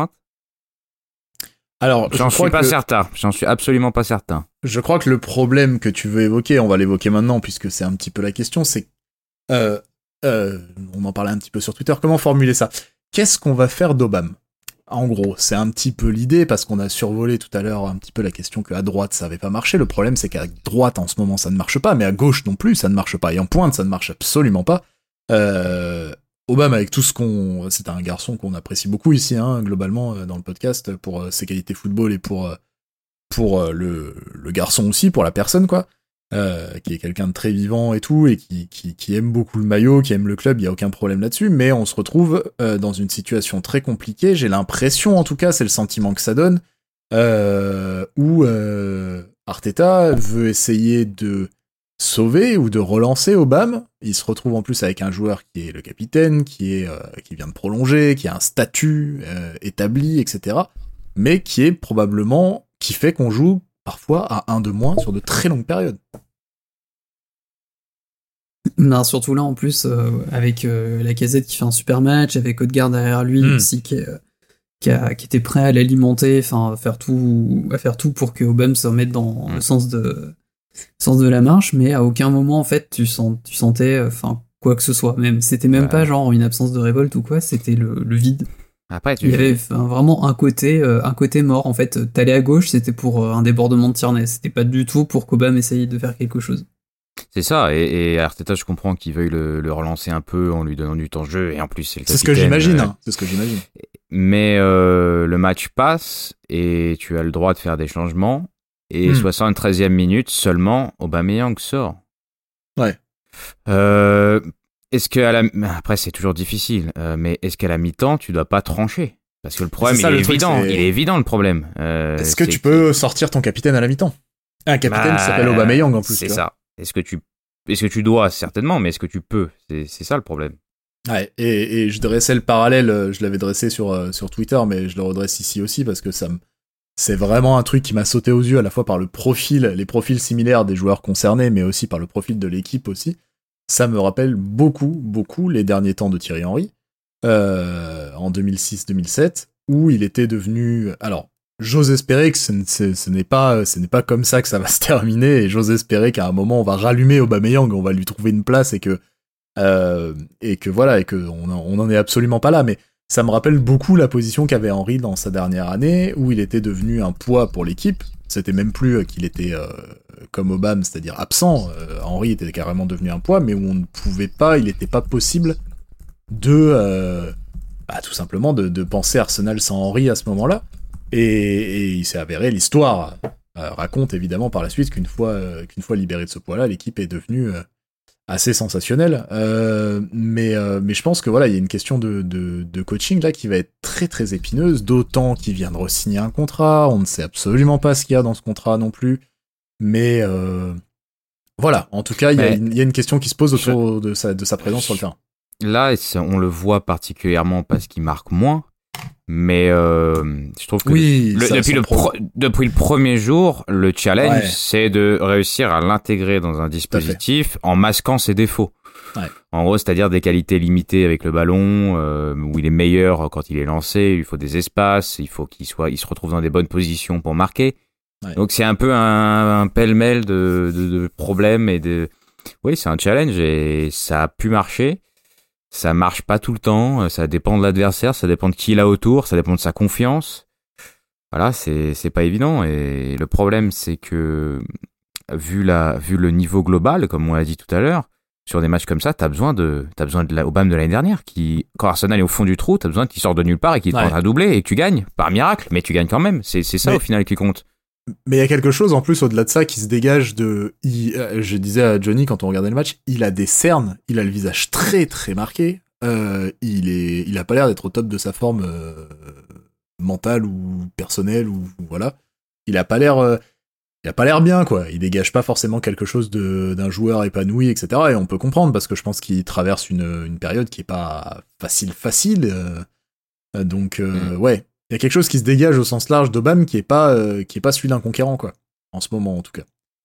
Alors, j'en suis pas que... certain. J'en suis absolument pas certain. Je crois que le problème que tu veux évoquer, on va l'évoquer maintenant puisque c'est un petit peu la question, c'est euh, euh, on en parlait un petit peu sur Twitter. Comment formuler ça ? qu'est-ce qu'on va faire d'Obama ? En gros, c'est un petit peu l'idée, parce qu'on a survolé tout à l'heure un petit peu la question qu'à droite ça avait pas marché. Le problème c'est qu'à droite en ce moment ça ne marche pas, mais à gauche non plus ça ne marche pas, et en pointe ça ne marche absolument pas. Euh, Obama, avec tout ce qu'on... C'est un garçon qu'on apprécie beaucoup ici, hein, globalement, dans le podcast, pour ses qualités football et pour, pour le, le garçon aussi, pour la personne, quoi. Euh, qui est quelqu'un de très vivant et tout, et qui, qui, qui aime beaucoup le maillot, qui aime le club, il y a aucun problème là-dessus, mais on se retrouve euh, dans une situation très compliquée, j'ai l'impression, en tout cas, c'est le sentiment que ça donne, euh, où euh, Arteta veut essayer de sauver ou de relancer Obama. Il se retrouve en plus avec un joueur qui est le capitaine, qui est euh, qui vient de prolonger, qui a un statut euh, établi, et cetera, mais qui est probablement, qui fait qu'on joue parfois à un de moins sur de très longues périodes. Ben, surtout là en plus euh, avec euh, Lacazette qui fait un super match, avec Odegaard derrière lui mmh. aussi qui, est, euh, qui, a, qui était prêt à l'alimenter, enfin à faire tout, à faire tout pour que Obama se remette dans mmh. le sens de, sens de la marche, mais à aucun moment en fait tu, sens, tu sentais enfin quoi que ce soit, même c'était même ouais. pas genre une absence de révolte ou quoi, c'était le, le vide. Après, tu il y avait vraiment un côté, euh, un côté mort en fait. T'allais à gauche, c'était pour euh, un débordement de Tierney, c'était pas du tout pour qu'Obama essaye de faire quelque chose. C'est ça, et, et Arteta, je comprends qu'il veuille le, le relancer un peu en lui donnant du temps de jeu, et en plus c'est le c'est capitaine. Ce que j'imagine, euh, hein. C'est ce que j'imagine. Mais euh, le match passe, et tu as le droit de faire des changements, et hmm. soixante-treizième minute seulement, Aubameyang sort. Ouais. Euh... Est-ce que à la... Après, c'est toujours difficile, euh, mais est-ce qu'à la mi-temps, tu dois pas trancher ? Parce que le problème, ça, il, le est truc, évident, c'est... il est évident, le problème. Euh, est-ce que tu peux sortir ton capitaine à la mi-temps ? Un capitaine bah, qui s'appelle Aubameyang, en plus. C'est ça. Est-ce que, tu... est-ce que tu dois ? Certainement, mais est-ce que tu peux ? C'est, c'est ça, le problème. Ouais, et, et je dressais le parallèle, je l'avais dressé sur, euh, sur Twitter, mais je le redresse ici aussi, parce que ça me... c'est vraiment un truc qui m'a sauté aux yeux, à la fois par le profil, les profils similaires des joueurs concernés, mais aussi par le profil de l'équipe aussi. Ça me rappelle beaucoup, beaucoup les derniers temps de Thierry Henry, euh, en deux mille six deux mille sept, où il était devenu... Alors, j'ose espérer que ce, ce, ce, n'est pas, ce n'est pas comme ça que ça va se terminer, et j'ose espérer qu'à un moment, on va rallumer Aubameyang, on va lui trouver une place, et que, euh, et que voilà, et qu'on on n'en est absolument pas là, mais ça me rappelle beaucoup la position qu'avait Henry dans sa dernière année, où il était devenu un poids pour l'équipe. C'était même plus qu'il était euh, comme Obama, c'est-à-dire absent. Euh, Henry était carrément devenu un poids, mais où on ne pouvait pas, il n'était pas possible de, euh, bah, tout simplement, de, de penser Arsenal sans Henry à ce moment-là. Et, et il s'est avéré, l'histoire euh, raconte évidemment par la suite qu'une fois, euh, qu'une fois libéré de ce poids-là, l'équipe est devenue euh, assez sensationnelle. Euh, mais, euh, mais je pense que voilà, il y a une question de, de, de coaching là qui va être très très épineuse, d'autant qu'il vient de re-signer un contrat, on ne sait absolument pas ce qu'il y a dans ce contrat non plus. Mais euh, voilà, en tout cas, il y, y a une question qui se pose autour je... de, sa, de sa présence sur le terrain. Là, on le voit particulièrement parce qu'il marque moins, mais euh, je trouve que oui, le, ça, depuis, le pro, depuis le premier jour, le challenge, ouais. c'est de réussir à l'intégrer dans un dispositif en masquant ses défauts. Ouais. En gros, c'est-à-dire des qualités limitées avec le ballon, euh, où il est meilleur quand il est lancé, il faut des espaces, il faut qu'il soit, il se retrouve dans des bonnes positions pour marquer. Ouais. Donc c'est un peu un, un pêle-mêle de, de, de problèmes et de... Oui, c'est un challenge et ça a pu marcher. Ça marche pas tout le temps, ça dépend de l'adversaire, ça dépend de qui il a autour, ça dépend de sa confiance. Voilà, c'est, c'est pas évident. Et le problème, c'est que, vu la, vu le niveau global, comme on l'a dit tout à l'heure, sur des matchs comme ça, t'as besoin de, t'as besoin de la, Obama de l'année dernière, qui, quand Arsenal est au fond du trou, t'as besoin qu'il sorte de nulle part et qu'il te prenne un doublé et que tu gagnes, par miracle, mais tu gagnes quand même. C'est, c'est ça, mais, au final, qui compte. Mais il y a quelque chose, en plus, au-delà de ça, qui se dégage de, il, euh, je disais à Johnny, quand on regardait le match, il a des cernes, il a le visage très, très marqué, euh, il est, il a pas l'air d'être au top de sa forme, euh, mentale ou personnelle, ou, ou voilà. Il a pas l'air, euh, il a pas l'air bien, quoi. Il dégage pas forcément quelque chose de, d'un joueur épanoui, et cetera. Et on peut comprendre, parce que je pense qu'il traverse une, une période qui est pas facile, facile. Euh, donc, euh, mmh. ouais. Il y a quelque chose qui se dégage au sens large d'Obama qui est pas, euh, qui est pas celui d'un conquérant, quoi. En ce moment, en tout cas.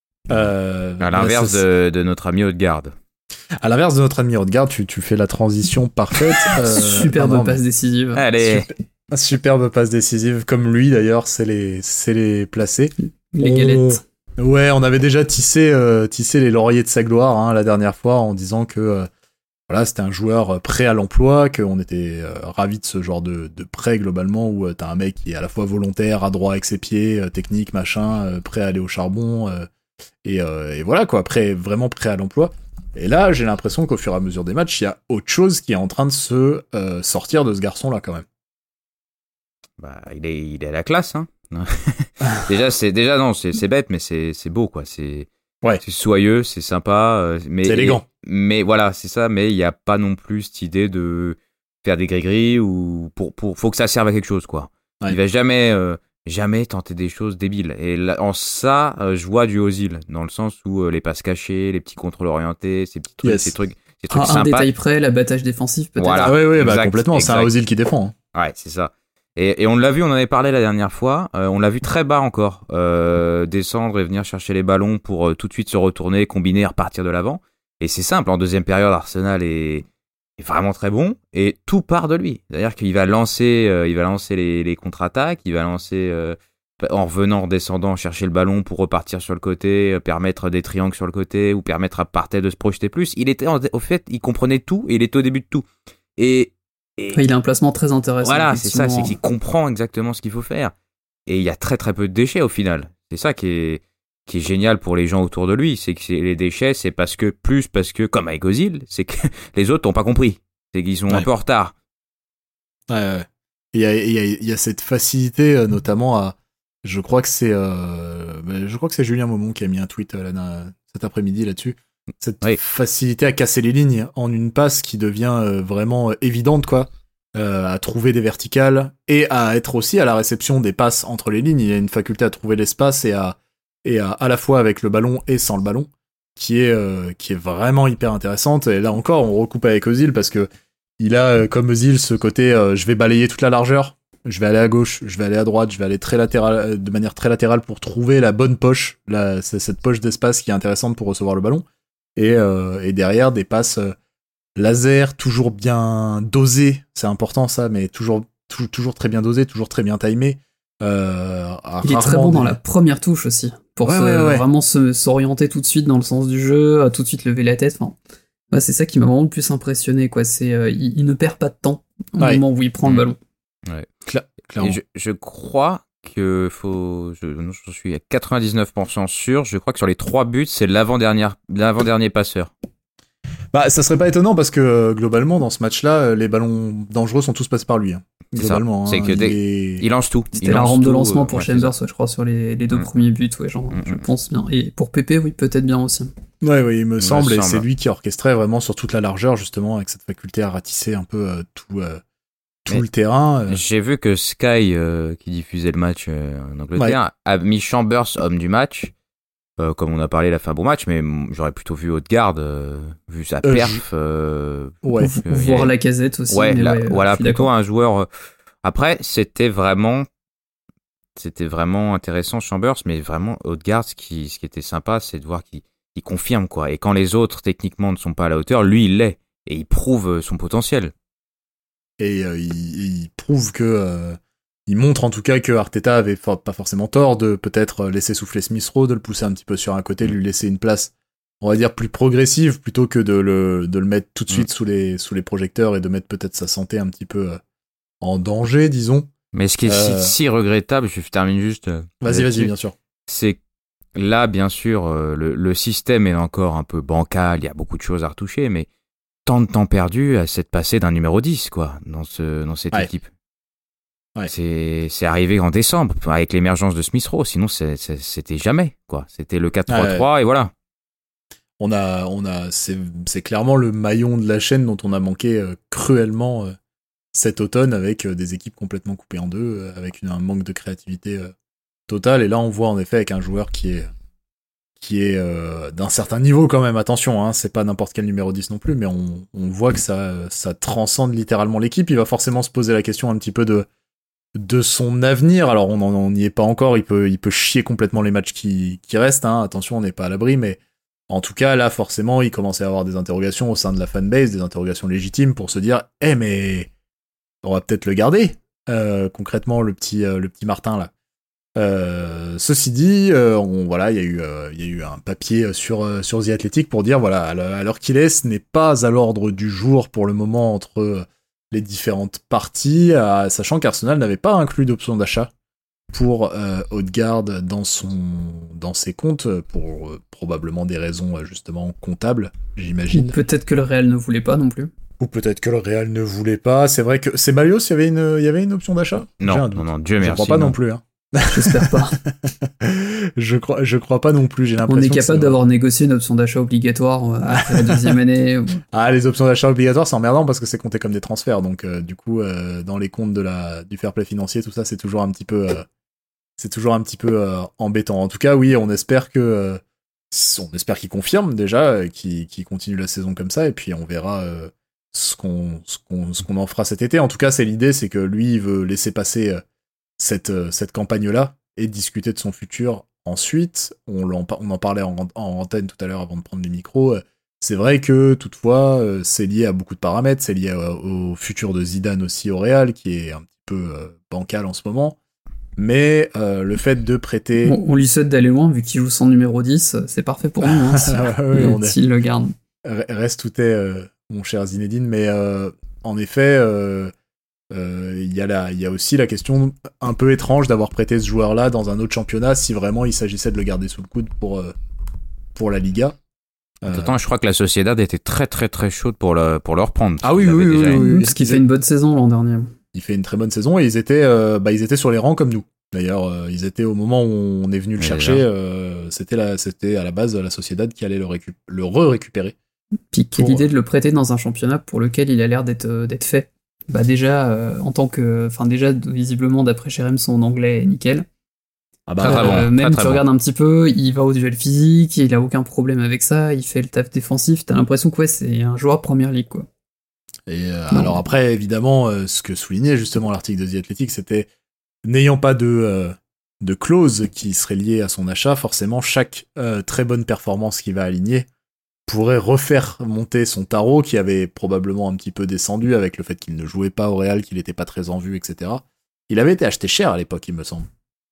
Euh, à l'inverse de, de notre ami Odegaard. À l'inverse de notre ami Odegaard, tu, tu fais la transition parfaite. Euh, Superbe non, passe décisive. Allez. Super, superbe passe décisive, comme lui d'ailleurs, c'est les, c'est les placés. Les on... galettes. Ouais, on avait déjà tissé, euh, tissé les lauriers de sa gloire, hein, la dernière fois, en disant que, euh, voilà, c'était un joueur prêt à l'emploi, qu'on était euh, ravis de ce genre de, de prêt globalement, où euh, t'as un mec qui est à la fois volontaire, adroit avec ses pieds, euh, technique, machin, euh, prêt à aller au charbon, euh, et, euh, et voilà quoi, prêt, vraiment prêt à l'emploi. Et là, j'ai l'impression qu'au fur et à mesure des matchs, il y a autre chose qui est en train de se euh, sortir de ce garçon-là quand même. Bah, il est, il est à la classe, hein. déjà, c'est déjà non, c'est, c'est bête, mais c'est, c'est beau quoi. C'est, ouais. c'est soyeux, c'est sympa, euh, mais c'est élégant. Et, mais voilà, c'est ça. Mais il y a pas non plus cette idée de faire des gris-gris ou pour, pour, faut que ça serve à quelque chose quoi. Ouais. Il va jamais, euh, jamais tenter des choses débiles. Et là, en ça, euh, je vois du Ozil dans le sens où euh, les passes cachées, les petits contrôles orientés, ces petits trucs, yes. ces trucs, ces trucs un, sympas. Un détail près, l'abattage défensif peut-être. Voilà. Ah oui, oui, bah complètement. Exact. C'est un Ozil qui défend. Hein. Ouais, c'est ça. Et, et on l'a vu, on en avait parlé la dernière fois, euh, on l'a vu très bas encore, euh, descendre et venir chercher les ballons pour euh, tout de suite se retourner, combiner et repartir de l'avant. Et c'est simple, en deuxième période, Arsenal est, est vraiment très bon et tout part de lui. C'est-à-dire qu'il va lancer, euh, il va lancer les, les contre-attaques, il va lancer euh, en revenant, en descendant, chercher le ballon pour repartir sur le côté, euh, permettre des triangles sur le côté ou permettre à Partey de se projeter plus. Il était, en, au fait, il comprenait tout et il était au début de tout. Et Et il a un placement très intéressant. Voilà, c'est ça, c'est qu'il comprend exactement ce qu'il faut faire. Et il y a très très peu de déchets au final. C'est ça qui est, qui est génial pour les gens autour de lui. C'est que c'est, les déchets, c'est parce que, plus parce que, comme avec Ozil, c'est que les autres n'ont pas compris. C'est qu'ils sont ouais. un peu en retard. Ouais, ouais. Il y a, il y a, il y a cette facilité, euh, notamment à, je crois que c'est, euh, je crois que c'est Julien Maumont qui a mis un tweet euh, là, cet après-midi là-dessus. Cette oui. facilité à casser les lignes en une passe qui devient euh, vraiment euh, évidente, quoi, euh, à trouver des verticales et à être aussi à la réception des passes entre les lignes. Il y a une faculté à trouver l'espace et à et à, à la fois avec le ballon et sans le ballon, qui est euh, qui est vraiment hyper intéressante. Et là encore, on recoupe avec Ozil parce que il a euh, comme Ozil ce côté, euh, je vais balayer toute la largeur, je vais aller à gauche, je vais aller à droite, je vais aller très latéral, de manière très latérale pour trouver la bonne poche, la, c'est cette poche d'espace qui est intéressante pour recevoir le ballon. Et, euh, et derrière, des passes euh, laser, toujours bien dosées, c'est important ça, mais toujours, tout, toujours très bien dosées, toujours très bien timées. Euh, Il est très bon des... dans la première touche aussi, pour ouais, se, ouais, ouais. vraiment se, s'orienter tout de suite dans le sens du jeu, tout de suite lever la tête. Enfin, ouais, c'est ça qui m'a vraiment le plus impressionné, quoi. C'est, euh, il, il ne perd pas de temps au ouais. moment où il prend mmh. le ballon. Ouais. Cla- clairement. Et je, je crois que faut, je, je suis à quatre-vingt-dix-neuf pour cent sûr, je crois que sur les trois buts, c'est l'avant-dernière, l'avant-dernier passeur. Bah, ça serait pas étonnant parce que, globalement, dans ce match-là, les ballons dangereux sont tous passés par lui. Hein. Globalement. C'est, ça. Hein, c'est que il, des... est... il lance tout. C'était il la lance rampe de tout, lancement pour ouais, Chambers, ouais, je crois, sur les, les deux mmh. premiers buts, ouais, genre, mmh. je pense bien. Et pour Pépé, oui, peut-être bien aussi. Ouais, oui, il me il semble, me et semble. c'est lui qui orchestrait vraiment sur toute la largeur, justement, avec cette faculté à ratisser un peu euh, tout, euh, tout le terrain. Euh. J'ai vu que Sky, euh, qui diffusait le match euh, en Angleterre, ouais. a mis Chambers homme du match. Euh, comme on a parlé, il a fait un bon match, mais j'aurais plutôt vu Odegaard, euh, vu sa euh, perf. Euh, ouais. Voir la Lacazette aussi. Ouais, mais la, ouais voilà, plutôt d'accord. Un joueur. Euh... Après, c'était vraiment, c'était vraiment intéressant Chambers, mais vraiment Odegaard, ce qui, ce qui était sympa, c'est de voir qu'il, qu'il confirme quoi. Et quand les autres techniquement ne sont pas à la hauteur, lui il l'est et il prouve son potentiel. Et euh, il, il prouve que. Euh... Il montre en tout cas que Arteta avait for- pas forcément tort de peut-être laisser souffler Smith Rowe, de le pousser un petit peu sur un côté, de lui laisser une place, on va dire, plus progressive, plutôt que de le, de le mettre tout de suite mmh. sous les, sous les projecteurs et de mettre peut-être sa santé un petit peu euh, en danger, disons. Mais ce qui est euh... si, si regrettable, je termine juste... Euh, vas-y, vas-y, bien sûr. C'est là, bien sûr, euh, le, le système est encore un peu bancal, il y a beaucoup de choses à retoucher, mais tant de temps perdu à s'être passé d'un numéro dix, quoi, dans, ce, dans cette ouais. équipe. Ouais. C'est, c'est arrivé en décembre avec l'émergence de Smith Rowe, sinon c'est, c'est, c'était jamais quoi. C'était le quatre trois trois ouais. et voilà. On a, on a, c'est, c'est clairement le maillon de la chaîne dont on a manqué euh, cruellement euh, cet automne avec euh, des équipes complètement coupées en deux, euh, avec une, un manque de créativité euh, total. Et là, on voit en effet avec un joueur qui est, qui est euh, d'un certain niveau quand même. Attention, hein, c'est pas n'importe quel numéro dix non plus, mais on, on voit que ça, ça transcende littéralement l'équipe. Il va forcément se poser la question un petit peu de de son avenir. Alors on n'y est pas encore, il peut, il peut chier complètement les matchs qui, qui restent, hein. Attention, on n'est pas à l'abri, mais en tout cas là forcément il commence à avoir des interrogations au sein de la fanbase, des interrogations légitimes pour se dire eh hey, mais on va peut-être le garder euh, concrètement le petit, euh, le petit Martin là. Euh, ceci dit, euh, on, voilà, il y a eu, euh, il y a eu un papier sur euh, sur The Athletic pour dire voilà, à l'heure qu'il est, ce n'est pas à l'ordre du jour pour le moment entre les différentes parties, euh, sachant qu'Arsenal n'avait pas inclus d'option d'achat pour euh, Odegaard dans son dans ses comptes pour euh, probablement des raisons euh, justement comptables, j'imagine. Ou peut-être que le Real ne voulait pas non plus. Ou peut-être que le Real ne voulait pas. C'est vrai que Ceballos, il y avait une il y avait une option d'achat. Non, non, non, Dieu merci. Je crois pas non, non plus. Hein. J'espère pas. je crois, je crois pas non plus. J'ai l'impression. On est capable d'avoir négocié une option d'achat obligatoire après la deuxième année. Ou... Ah, les options d'achat obligatoires, c'est emmerdant parce que c'est compté comme des transferts. Donc, euh, du coup, euh, dans les comptes de la du fair play financier, tout ça, c'est toujours un petit peu, euh, c'est toujours un petit peu euh, embêtant. En tout cas, oui, on espère que, euh, on espère qu'il confirme déjà, euh, qu'il, qu'il continue la saison comme ça, et puis on verra euh, ce qu'on, ce qu'on, ce qu'on en fera cet été. En tout cas, c'est l'idée, c'est que lui, il veut laisser passer. Euh, cette, cette campagne-là et discuter de son futur ensuite. On, on en parlait en, en antenne tout à l'heure avant de prendre les micros. C'est vrai que, toutefois, c'est lié à beaucoup de paramètres. C'est lié au futur de Zidane aussi au Real, qui est un petit peu bancal en ce moment. Mais euh, le fait de prêter... On, on lui souhaite d'aller loin, vu qu'il joue son numéro dix, c'est parfait pour nous, hein, si, oui, on s'il est... le garde. Reste tout est, euh, mon cher Zinedine, mais euh, en effet... Euh, il euh, y, y a aussi la question un peu étrange d'avoir prêté ce joueur-là dans un autre championnat si vraiment il s'agissait de le garder sous le coude pour, euh, pour la Liga. Euh... Pourtant, je crois que la Sociedad était très très très chaude pour le, pour le reprendre. Ah oui, oui, oui, oui, oui, oui. Parce qu'il fait une bonne saison l'an dernier. Il fait une très bonne saison et ils étaient, euh, bah, ils étaient sur les rangs comme nous. D'ailleurs, euh, ils étaient au moment où on est venu le et chercher, euh, c'était, la, c'était à la base la Sociedad qui allait le, récup- le re-récupérer. Puis quelle idée de le prêter dans un championnat pour lequel il a l'air d'être, euh, d'être fait. Bah déjà euh, en tant que enfin déjà visiblement d'après Cherem son anglais est nickel. Ah bah euh, très bon, même très, très tu bon. regardes un petit peu, il va au duel physique, il a aucun problème avec ça, il fait le taf défensif, t'as l'impression que ouais, c'est un joueur première ligue quoi. Et euh, alors après évidemment euh, ce que soulignait justement l'article de The Athletic, c'était n'ayant pas de euh, de clause qui serait liée à son achat, forcément chaque euh, très bonne performance qu'il va aligner pourrait refaire monter son tarot qui avait probablement un petit peu descendu avec le fait qu'il ne jouait pas au Real, qu'il n'était pas très en vue, et cetera. Il avait été acheté cher à l'époque, il me semble.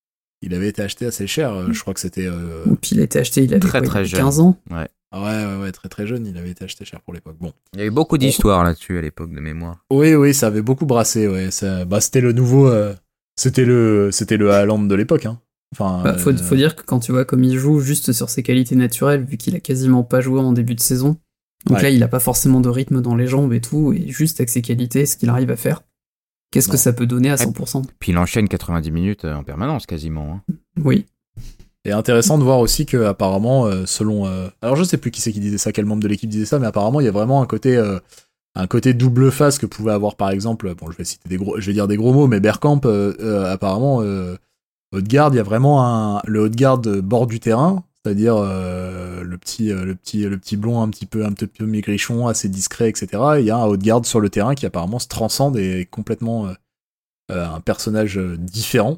Il avait été acheté assez cher, euh, je crois que c'était... Euh... Ou puis il a été acheté, il avait très, quoi, très il avait quinze ans. Ouais. Ah ouais, ouais, ouais, très très jeune, il avait été acheté cher pour l'époque. Bon. Il y a eu beaucoup d'histoires là-dessus à l'époque de mémoire. Oui, oui, ça avait beaucoup brassé, ouais. Ça... Bah, c'était le nouveau... Euh... C'était le c'était le Haaland de l'époque, hein. Enfin, bah, faut, euh... faut dire que quand tu vois comme il joue juste sur ses qualités naturelles, vu qu'il a quasiment pas joué en début de saison, donc ouais. Là il a pas forcément de rythme dans les jambes et tout, et juste avec ses qualités, ce qu'il arrive à faire, qu'est-ce non. que ça peut donner à cent pour cent. Puis il enchaîne quatre-vingt-dix minutes en permanence quasiment. Hein. Oui. Et intéressant de voir aussi que apparemment, euh, selon, euh... alors je sais plus qui c'est qui disait ça, quel membre de l'équipe disait ça, mais apparemment il y a vraiment un côté, euh, un côté double face que pouvait avoir par exemple, bon je vais citer des gros, je vais dire des gros mots, mais Bergkamp, euh, euh, apparemment, euh, Odegaard, il y a vraiment un, le Odegaard bord du terrain, c'est-à-dire euh, le petit, euh, le petit, le petit blond un petit peu, un petit peu maigrichon, assez discret, et cetera. Et il y a un Odegaard sur le terrain qui apparemment se transcende et est complètement euh, euh, un personnage différent.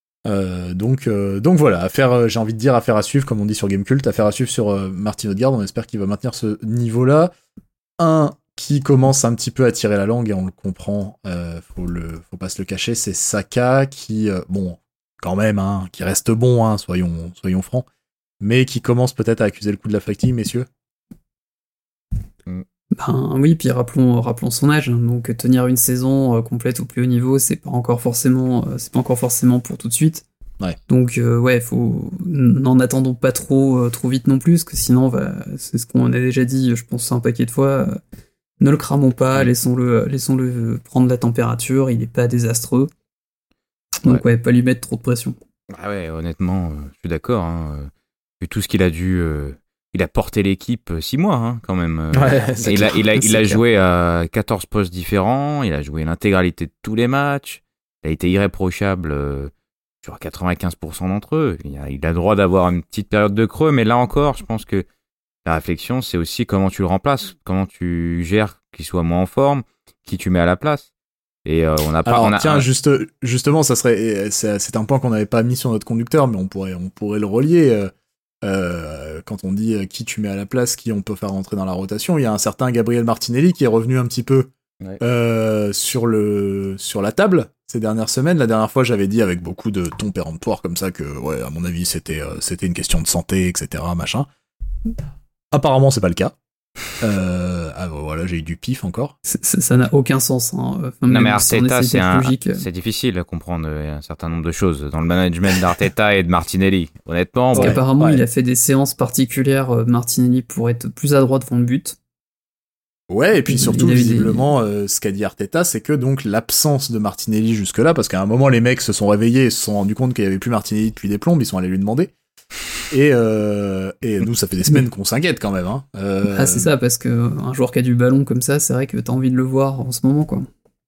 Euh, donc, euh, donc voilà, affaire, euh, j'ai envie de dire affaire à suivre, comme on dit sur Gamecult, affaire à suivre sur euh, Martin Odegaard. On espère qu'il va maintenir ce niveau-là. Un qui commence un petit peu à tirer la langue et on le comprend, euh, faut le, faut pas se le cacher, c'est Saka qui, euh, bon, quand même, hein, qui reste bon, hein, soyons, soyons francs, mais qui commence peut-être à accuser le coup de la fatigue, messieurs. Ben oui, puis rappelons, rappelons son âge. Donc tenir une saison euh, complète au plus haut niveau, c'est pas encore forcément, euh, c'est pas encore forcément pour tout de suite. Ouais. Donc euh, ouais, faut, n'en attendons pas trop, euh, trop vite non plus, parce que sinon, va, c'est ce qu'on a déjà dit, je pense un paquet de fois. Euh, ne le cramons pas, ouais. laissons-le, laissons-le prendre la température. Il est pas désastreux. Donc ouais, ouais pas lui mettre trop de pression. Ah ouais, honnêtement, euh, je suis d'accord. Hein, vu tout ce qu'il a dû, euh, il a porté l'équipe six mois hein, quand même. Euh, ouais, il, clair, a, il a, il a joué à quatorze postes différents. Il a joué l'intégralité de tous les matchs. Il a été irréprochable euh, sur quatre-vingt-quinze pour cent d'entre eux. Il a, il a le droit d'avoir une petite période de creux, mais là encore, je pense que la réflexion, c'est aussi comment tu le remplaces, comment tu gères qu'il soit moins en forme, qui tu mets à la place. Et euh, on a pas. Alors, on a tiens, un... juste, justement, ça serait, c'est, c'est un point qu'on n'avait pas mis sur notre conducteur, mais on pourrait, on pourrait le relier. Euh, euh, quand on dit euh, qui tu mets à la place, qui on peut faire rentrer dans la rotation, il y a un certain Gabriel Martinelli qui est revenu un petit peu ouais. euh, sur le, sur la table. ces dernières semaines. La dernière fois, j'avais dit avec beaucoup de ton péremptoire comme ça que, ouais, à mon avis, c'était, euh, c'était une question de santé, et cetera, machin. Apparemment, c'est pas le cas. Euh, ah, bon, voilà, j'ai eu du pif encore. C'est, c'est, ça n'a aucun sens. Hein. Enfin, non, mais Arteta, c'est, un, logique. c'est difficile à comprendre un certain nombre de choses dans le management d'Arteta et de Martinelli. Honnêtement, Parce ouais, qu'apparemment, ouais. il a fait des séances particulières, Martinelli, pour être plus à droite devant le but. Ouais, et puis surtout, visiblement, des... euh, ce qu'a dit Arteta, c'est que donc l'absence de Martinelli jusque-là, parce qu'à un moment, les mecs se sont réveillés et se sont rendus compte qu'il n'y avait plus Martinelli depuis des plombes, ils sont allés lui demander. Et, euh, et nous, ça fait des semaines qu'on s'inquiète quand même. Hein. Euh... Ah, c'est ça, parce qu'un joueur qui a du ballon comme ça, c'est vrai que t'as envie de le voir en ce moment, quoi.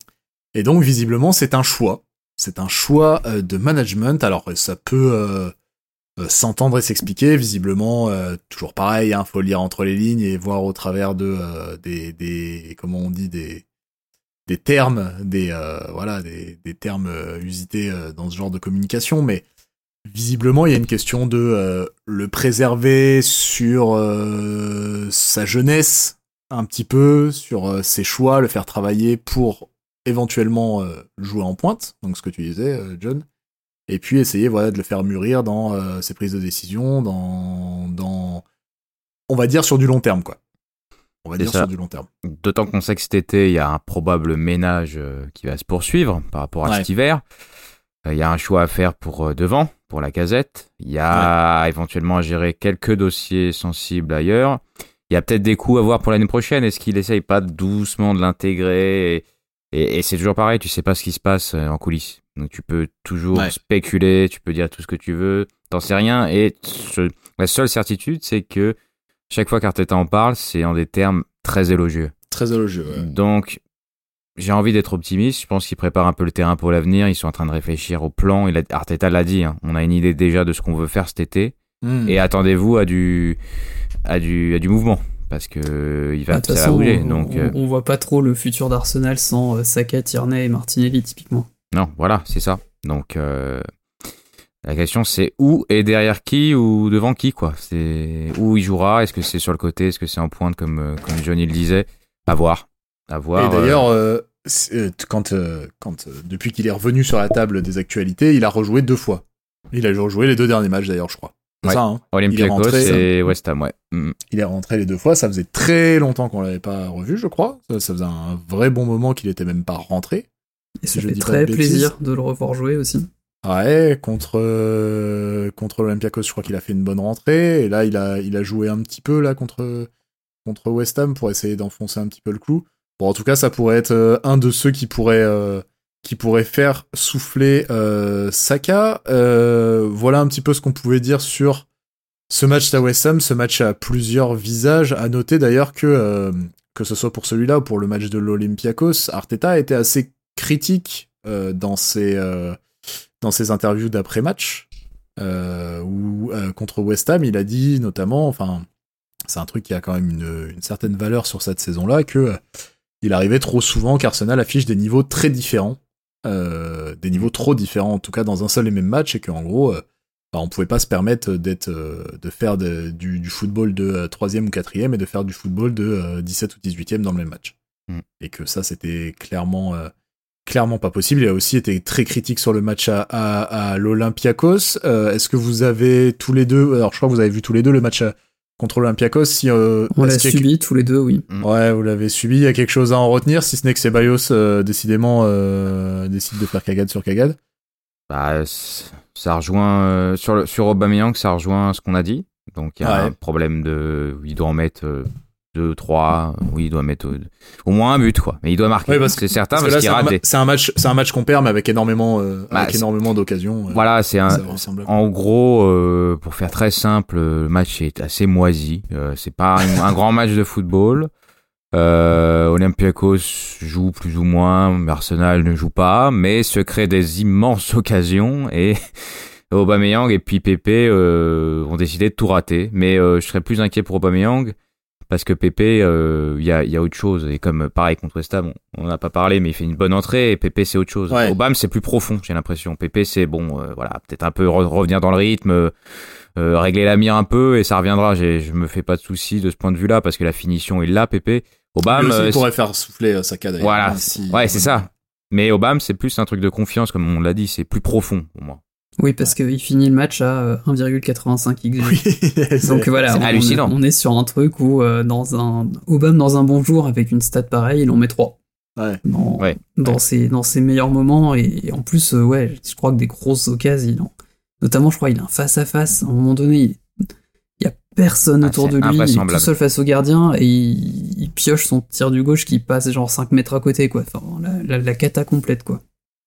Et donc, visiblement, c'est un choix. C'est un choix euh, de management. Alors, ça peut... Euh... Euh, s'entendre et s'expliquer, visiblement, euh, toujours pareil, hein, faut lire entre les lignes et voir au travers de euh, des, des, comment on dit, des, des termes, des, euh, voilà, des, des termes euh, usités euh, dans ce genre de communication, mais visiblement, il y a une question de euh, le préserver sur euh, sa jeunesse, un petit peu, sur euh, ses choix, le faire travailler pour éventuellement euh, jouer en pointe, donc ce que tu disais, euh, John. Et puis essayer voilà de le faire mûrir dans euh, ses prises de décision, dans dans on va dire sur du long terme quoi. On va C'est dire ça. sur du long terme. D'autant qu'on sait que cet été il y a un probable ménage euh, qui va se poursuivre par rapport à ouais. cet hiver. Euh, il y a un choix à faire pour euh, devant, pour la Casette. Il y a ouais. éventuellement à gérer quelques dossiers sensibles ailleurs. Il y a peut-être des coups à voir pour l'année prochaine. Est-ce qu'il essaye pas doucement de l'intégrer et, et, et c'est toujours pareil, tu sais pas ce qui se passe en coulisses. Donc tu peux toujours ouais. spéculer, tu peux dire tout ce que tu veux, t'en sais rien. Et ce, la seule certitude, c'est que chaque fois qu'Arteta en parle, c'est en des termes très élogieux. Très élogieux, ouais. Donc, j'ai envie d'être optimiste. Je pense qu'ils préparent un peu le terrain pour l'avenir. Ils sont en train de réfléchir au plan. Il a, Arteta l'a dit, hein, on a une idée déjà de ce qu'on veut faire cet été. Mmh. Et attendez-vous à du, à du, à du mouvement. Parce que il va, ah, ça va bouger. On, donc, on, euh... on voit pas trop le futur d'Arsenal sans euh, Saka, Tierney et Martinelli, typiquement. Non, voilà, c'est ça. Donc, euh, la question, c'est où et derrière qui ou devant qui, quoi. C'est où il jouera. Est-ce que c'est sur le côté, est-ce que c'est en pointe, comme comme Johnny le disait. À voir, à voir. Et d'ailleurs, euh... Euh, quand, euh, quand euh, depuis qu'il est revenu sur la table des actualités, il a rejoué deux fois. Il a rejoué les deux derniers matchs d'ailleurs, je crois. C'est ouais. ça, hein. Olympiakos et West Ham, ouais. Mm. Il est rentré les deux fois. Ça faisait très longtemps qu'on l'avait pas revu, je crois. Ça, ça faisait un vrai bon moment qu'il était même pas rentré. Et ça fait très plaisir de le revoir jouer aussi. Ouais, contre euh, contre l'Olympiakos, je crois qu'il a fait une bonne rentrée. Et là, il a il a joué un petit peu là contre contre West Ham pour essayer d'enfoncer un petit peu le clou. Bon, en tout cas, ça pourrait être euh, un de ceux qui pourrait euh, qui pourrait faire souffler euh, Saka. Euh, voilà un petit peu ce qu'on pouvait dire sur ce match à West Ham. Ce match a plusieurs visages. À noter d'ailleurs que euh, que ce soit pour celui-là ou pour le match de l'Olympiakos, Arteta a été assez critique euh, dans ses euh, dans ses interviews d'après-match euh, où euh, contre West Ham, il a dit notamment, enfin, c'est un truc qui a quand même une, une certaine valeur sur cette saison-là, que euh, il arrivait trop souvent qu'Arsenal affiche des niveaux très différents, euh, des niveaux trop différents en tout cas dans un seul et même match, et qu'en gros, euh, bah, on pouvait pas se permettre d'être euh, de faire de, du, du football de euh, troisième ou quatrième et de faire du football de euh, dix-sept ou dix-huitième dans le même match. Mm. Et que ça, c'était clairement euh, clairement pas possible. Il a aussi été très critique sur le match à, à, à l'Olympiakos. Euh, est-ce que vous avez tous les deux, alors je crois que vous avez vu tous les deux le match à, contre l'Olympiakos, si, euh, on l'a subi tous les deux, oui. Ouais, vous l'avez subi. Il y a quelque chose à en retenir, si ce n'est que Ceballos euh, décidément euh, décide de faire cagade sur cagade. Bah, ça rejoint euh, sur le, sur Aubameyang, ça rejoint ce qu'on a dit. Donc il y a ouais. un problème de, il doit en mettre euh, deux, trois, oui, il doit mettre euh, au moins un but, quoi. Mais il doit marquer. Oui, parce c'est certain, parce, parce, parce qu'il rate. Ma- c'est un match, c'est un match qu'on perd, mais avec énormément, euh, bah, avec énormément d'occasions. Euh, voilà, c'est un. En gros, euh, pour faire très simple, le match est assez moisi. Euh, c'est pas un, un grand match de football. Euh, Olympiakos joue plus ou moins, Arsenal ne joue pas, mais se crée des immenses occasions et Aubameyang et puis Pepe euh, ont décidé de tout rater. Mais euh, je serais plus inquiet pour Aubameyang parce que Pepe, il euh, y, a, y a autre chose. Et comme pareil contre West Ham, on n'a pas parlé, mais il fait une bonne entrée et Pepe c'est autre chose. Ouais. Aubame c'est plus profond, j'ai l'impression. Pepe c'est bon, euh, voilà, peut-être un peu re- revenir dans le rythme. Euh, Euh, régler la mire un peu et ça reviendra. J'ai, je me fais pas de soucis de ce point de vue-là parce que la finition il l'a, Pepe. Aubame, lui aussi, euh, il pourrait faire souffler euh, Saka d'ailleurs. Voilà, hein, si, ouais, c'est ça. Mais Obama, c'est plus un truc de confiance, comme on l'a dit, c'est plus profond pour moi. Oui, parce ouais. qu'il finit le match à un virgule quatre-vingt-cinq X G. Oui, donc voilà, c'est on, hallucinant. On est sur un truc où euh, dans un Obama dans un bon jour avec une stat pareille, il en met trois. Ouais. Dans, ouais. dans, ouais. Ses, dans ses meilleurs moments et, et en plus, euh, ouais, je crois que des grosses occasions, il en... notamment, je crois, il a un face à face. À un moment donné, il, il y a personne ah, autour de lui, il est tout seul face au gardien et il, il pioche son tir du gauche qui passe genre cinq mètres à côté, quoi. Enfin, la, la, la cata complète, quoi.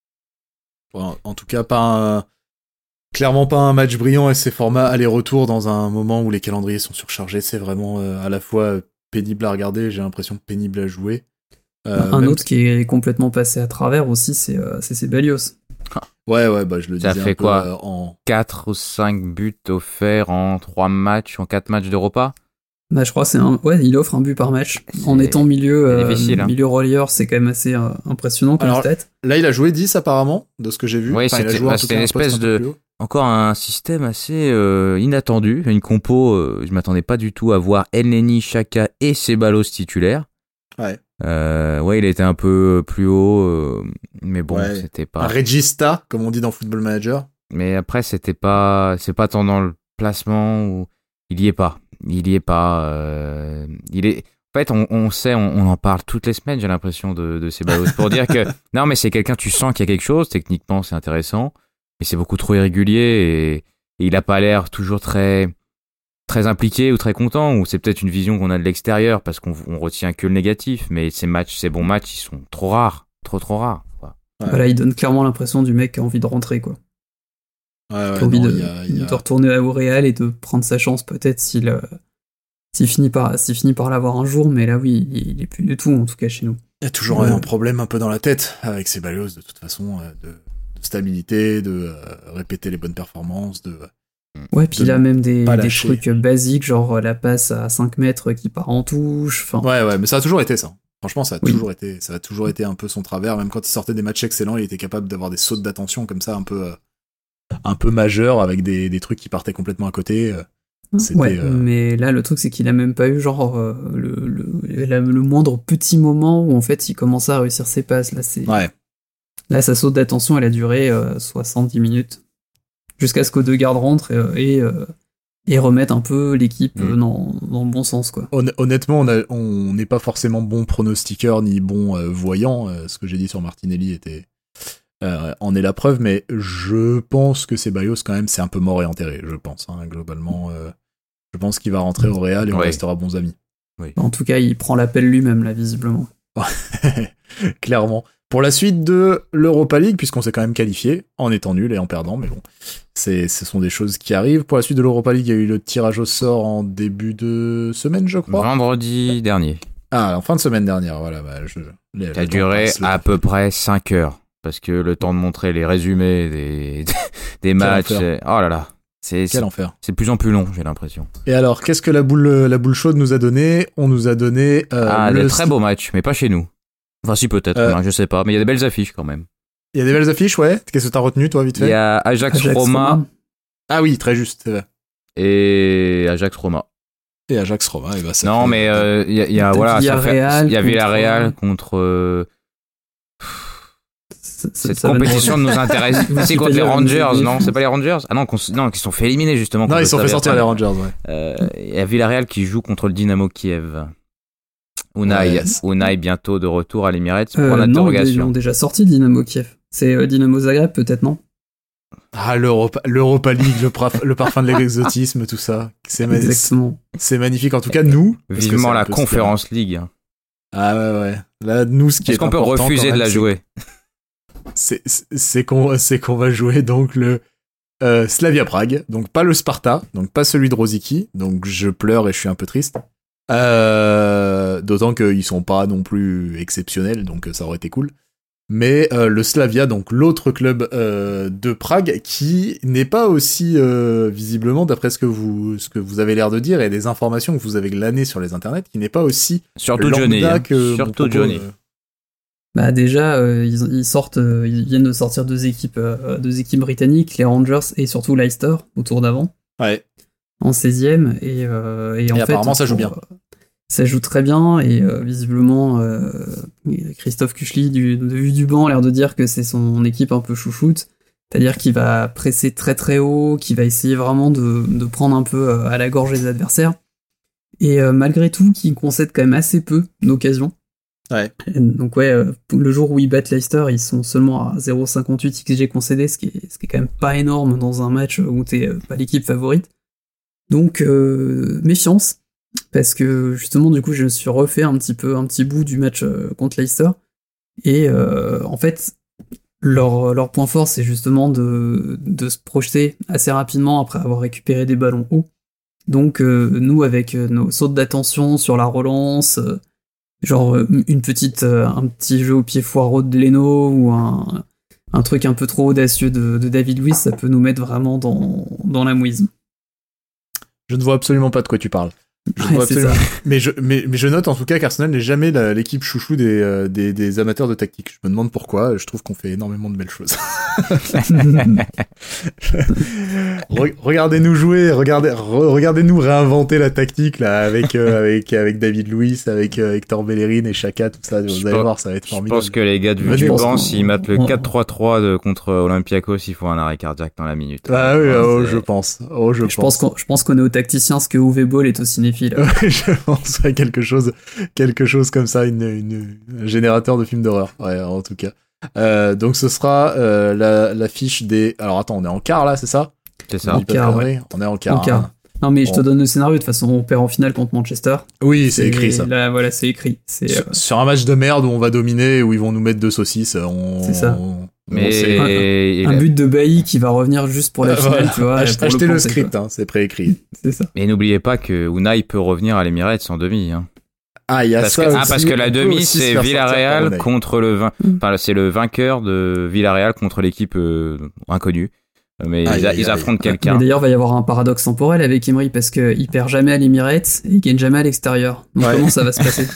Bon, en tout cas, pas un... clairement pas un match brillant et ces formats aller-retour dans un moment où les calendriers sont surchargés, c'est vraiment euh, à la fois pénible à regarder, j'ai l'impression pénible à jouer. Euh, un autre qui est complètement passé à travers aussi, c'est euh, Ceballos. Ouais, ouais, bah je le disais. Ça fait un quoi peu, euh, en... quatre ou cinq buts offerts en trois matchs, en quatre matchs d'Europa. Bah, je crois que c'est un... Ouais, il offre un but par match. C'est... En étant milieu, euh, difficile, hein. milieu relieur, c'est quand même assez euh, impressionnant comme stat. Là, il a joué dix apparemment, de ce que j'ai vu. Oui, enfin, c'était, il a joué bah, c'était une espèce de... Encore un système assez euh, inattendu. Une compo, euh, je m'attendais pas du tout à voir Elneny, Xhaka et Ceballos titulaires. Ouais. Euh, ouais, il était un peu plus haut, euh, mais bon, ouais. c'était pas... Un regista, comme on dit dans Football Manager. Mais après, c'était pas... C'est pas tant dans le placement où... Il y est pas. Il y est pas. Euh... Il est... En fait, on, on sait, on, on en parle toutes les semaines, j'ai l'impression, de, de Ceballos, pour dire que... Non, mais c'est quelqu'un, tu sens qu'il y a quelque chose, techniquement, c'est intéressant, mais c'est beaucoup trop irrégulier, et, et il a pas l'air toujours très... très impliqué ou très content, ou c'est peut-être une vision qu'on a de l'extérieur parce qu'on on retient que le négatif, mais ces matchs, ces bons matchs, ils sont trop rares, trop trop rares. Quoi. Ouais. Voilà, il donne clairement l'impression du mec qui a envie de rentrer, quoi. Ouais, ouais, qui a envie non, de, y a, y a... de retourner au Real et de prendre sa chance peut-être s'il, euh, s'il finit par, s'il finit par l'avoir un jour, mais là oui, il, il est plus du tout, en tout cas chez nous. Il y a toujours ouais. un problème un peu dans la tête avec Ceballos, de toute façon, de, de stabilité, de euh, répéter les bonnes performances, de... Ouais, puis il a même des, des trucs basiques, genre la passe à cinq mètres qui part en touche. Fin... Ouais, ouais, mais ça a toujours été ça. Franchement, ça a, oui. toujours été, ça a toujours été un peu son travers. Même quand il sortait des matchs excellents, il était capable d'avoir des sautes d'attention comme ça, un peu, euh, un peu majeurs, avec des, des trucs qui partaient complètement à côté. C'était, ouais, euh... mais là, le truc, c'est qu'il a même pas eu genre euh, le, le, le, le moindre petit moment où en fait il commençait à réussir ses passes. Là, c'est... Ouais. Là, sa saute d'attention, elle a duré euh, soixante-dix minutes. Jusqu'à ce que deux gardes rentrent et, et, euh, et remettent un peu l'équipe mmh. dans, dans le bon sens, quoi. Honnêtement, on n'est pas forcément bon pronostiqueur ni bon euh, voyant. Euh, ce que j'ai dit sur Martinelli était euh, en est la preuve, mais je pense que Ceballos, quand même, c'est un peu mort et enterré, je pense. Hein, globalement, euh, je pense qu'il va rentrer au Real et on ouais. restera bons amis. Oui. En tout cas, il prend l'appel lui-même, là, visiblement. Clairement. Pour la suite de l'Europa League, puisqu'on s'est quand même qualifié, en étant nul et en perdant, mais bon, c'est, ce sont des choses qui arrivent. Pour la suite de l'Europa League, il y a eu le tirage au sort en début de semaine, je crois. Vendredi dernier. Ah, en fin de semaine dernière, voilà. Bah, je, les, ça a duré à peu près cinq heures, parce que le temps de montrer les résumés des, des matchs... C'est, oh là là, c'est, Quel c'est, enfer. C'est de plus en plus long, j'ai l'impression. Et alors, qu'est-ce que la boule, la boule chaude nous a donné ? On nous a donné... Euh, ah, le des très beaux matchs, mais pas chez nous. Enfin, si, peut-être, euh, non, je sais pas, mais il y a des belles affiches quand même. Il y a des belles affiches, ouais. Qu'est-ce que t'as retenu, toi, vite fait ? Il y a Ajax-Roma. Ah oui, très juste, c'est vrai. Et Ajax-Roma. Et Ajax-Roma, et bah ça. Non, fait... mais il euh, y a, y a voilà, ça fait. Il y a Villarreal contre. Euh... Ça, ça, Cette ça compétition nous intéresse. C'est contre les Rangers, non ? C'est pas les Rangers ? Ah non, non, qui sont fait éliminer justement. Non, ils sont fait sortir les Rangers, ouais. Il euh, y a Villarreal qui joue contre le Dynamo Kiev. Unai, ouais, Unai bientôt de retour à l'Emirates pour euh, l'interrogation. Non, ils l'ont déjà sorti, Dynamo Kiev. C'est euh, Dynamo Zagreb, peut-être, non ? Ah, l'Europa, l'Europa League, le, praf, le parfum de l'exotisme, tout ça. C'est, Exactement. C'est magnifique. En tout cas, nous. Vivement la Conference League. Ah ouais, ouais. Là, nous, ce qui Est-ce est qu'on peut refuser de la jouer ? c'est, c'est, c'est, qu'on, c'est qu'on va jouer donc le euh, Slavia Prague, donc pas le Sparta, donc pas celui de Rosicky, donc je pleure et je suis un peu triste. Euh, d'autant qu'ils sont pas non plus exceptionnels, donc ça aurait été cool. Mais euh, le Slavia, donc l'autre club euh, de Prague, qui n'est pas aussi euh, visiblement, d'après ce que vous ce que vous avez l'air de dire et des informations que vous avez glanées sur les internets, qui n'est pas aussi surtout Johnny, hein. que surtout Johnny. Euh... Bah déjà, euh, ils, ils sortent, euh, ils viennent de sortir deux équipes, euh, deux équipes britanniques, les Rangers et surtout Leicester au tour d'avant. Ouais. En seizième et, euh, et en et fait apparemment ça joue pour, bien. ça joue très bien et euh, visiblement euh, Christophe Kuchli du, de vue du banc a l'air de dire que c'est son équipe un peu chouchoute, c'est-à-dire qu'il va presser très très haut, qu'il va essayer vraiment de, de prendre un peu euh, à la gorge les adversaires et euh, malgré tout qu'il concède quand même assez peu d'occasions. Ouais. Et donc ouais, euh, le jour où ils battent Leicester, ils sont seulement à zéro virgule cinquante-huit X G concédé, ce qui est, ce qui est quand même pas énorme dans un match où t'es euh, pas l'équipe favorite. Donc euh, méfiance. Parce que justement du coup je me suis refait un petit peu un petit bout du match euh, contre Leicester et euh, en fait leur, leur point fort c'est justement de, de se projeter assez rapidement après avoir récupéré des ballons hauts. Donc euh, nous avec euh, nos sautes d'attention sur la relance, euh, genre une petite, euh, un petit jeu au pied foireux de Leno ou un, un truc un peu trop audacieux de, de David Luiz, ça peut nous mettre vraiment dans, dans la mouise. Je ne vois absolument pas de quoi tu parles. Je ouais, absolument... mais, je, mais, mais je note en tout cas qu'Arsenal n'est jamais la, l'équipe chouchou des, euh, des, des amateurs de tactique. Je me demande pourquoi, je trouve qu'on fait énormément de belles choses. Re- regardez-nous jouer, regardez, re- regardez-nous réinventer la tactique là, avec, euh, avec, avec David Luiz, avec euh, Hector Bellerin et Xhaka, tout ça, vous je allez pense, voir, ça va être formidable. Je pense que les gars du Moi, banc, s'ils mettent le quatre trois trois de, contre Olympiakos, il faut un arrêt cardiaque dans la minute. Ah oui, ouais, oh, je pense. Oh, je, je, pense. pense qu'on, je pense qu'on est au tacticien, ce que Uwe Ball est au cinéphile. Je pense à quelque chose, quelque chose comme ça, une, une, un générateur de films d'horreur, ouais, en tout cas. Euh, donc ce sera euh, la, la fiche des... Alors attends, on est en quart là, c'est ça? C'est ça. En quart, ouais. On est en quart. En quart. Hein. Non mais je te on... donne le scénario, de toute façon on perd en finale contre Manchester. Oui, c'est, c'est écrit ça. Là, voilà, c'est écrit. C'est, sur, euh... sur un match de merde où on va dominer, où ils vont nous mettre deux saucisses, on... C'est ça. On... Mais un, un but de Bailly qui va revenir juste pour la euh, finale, voilà. Tu vois. Ach- pour achetez le, le script, hein, c'est préécrit. C'est ça. Mais n'oubliez pas que Unai peut revenir à l'Emirates en demi. Hein. Ah, il y a parce ça que, aussi. Ah, parce que la demi, c'est Villarreal contre le vain... enfin, c'est le vainqueur de Villarreal contre l'équipe euh, inconnue. Mais aïe, ils, aïe, ils affrontent aïe. quelqu'un. Mais d'ailleurs, il va y avoir un paradoxe temporel avec Emery parce qu'il perd jamais à l'Emirates et il gagne jamais à l'extérieur. Donc ouais. Comment ça va se passer?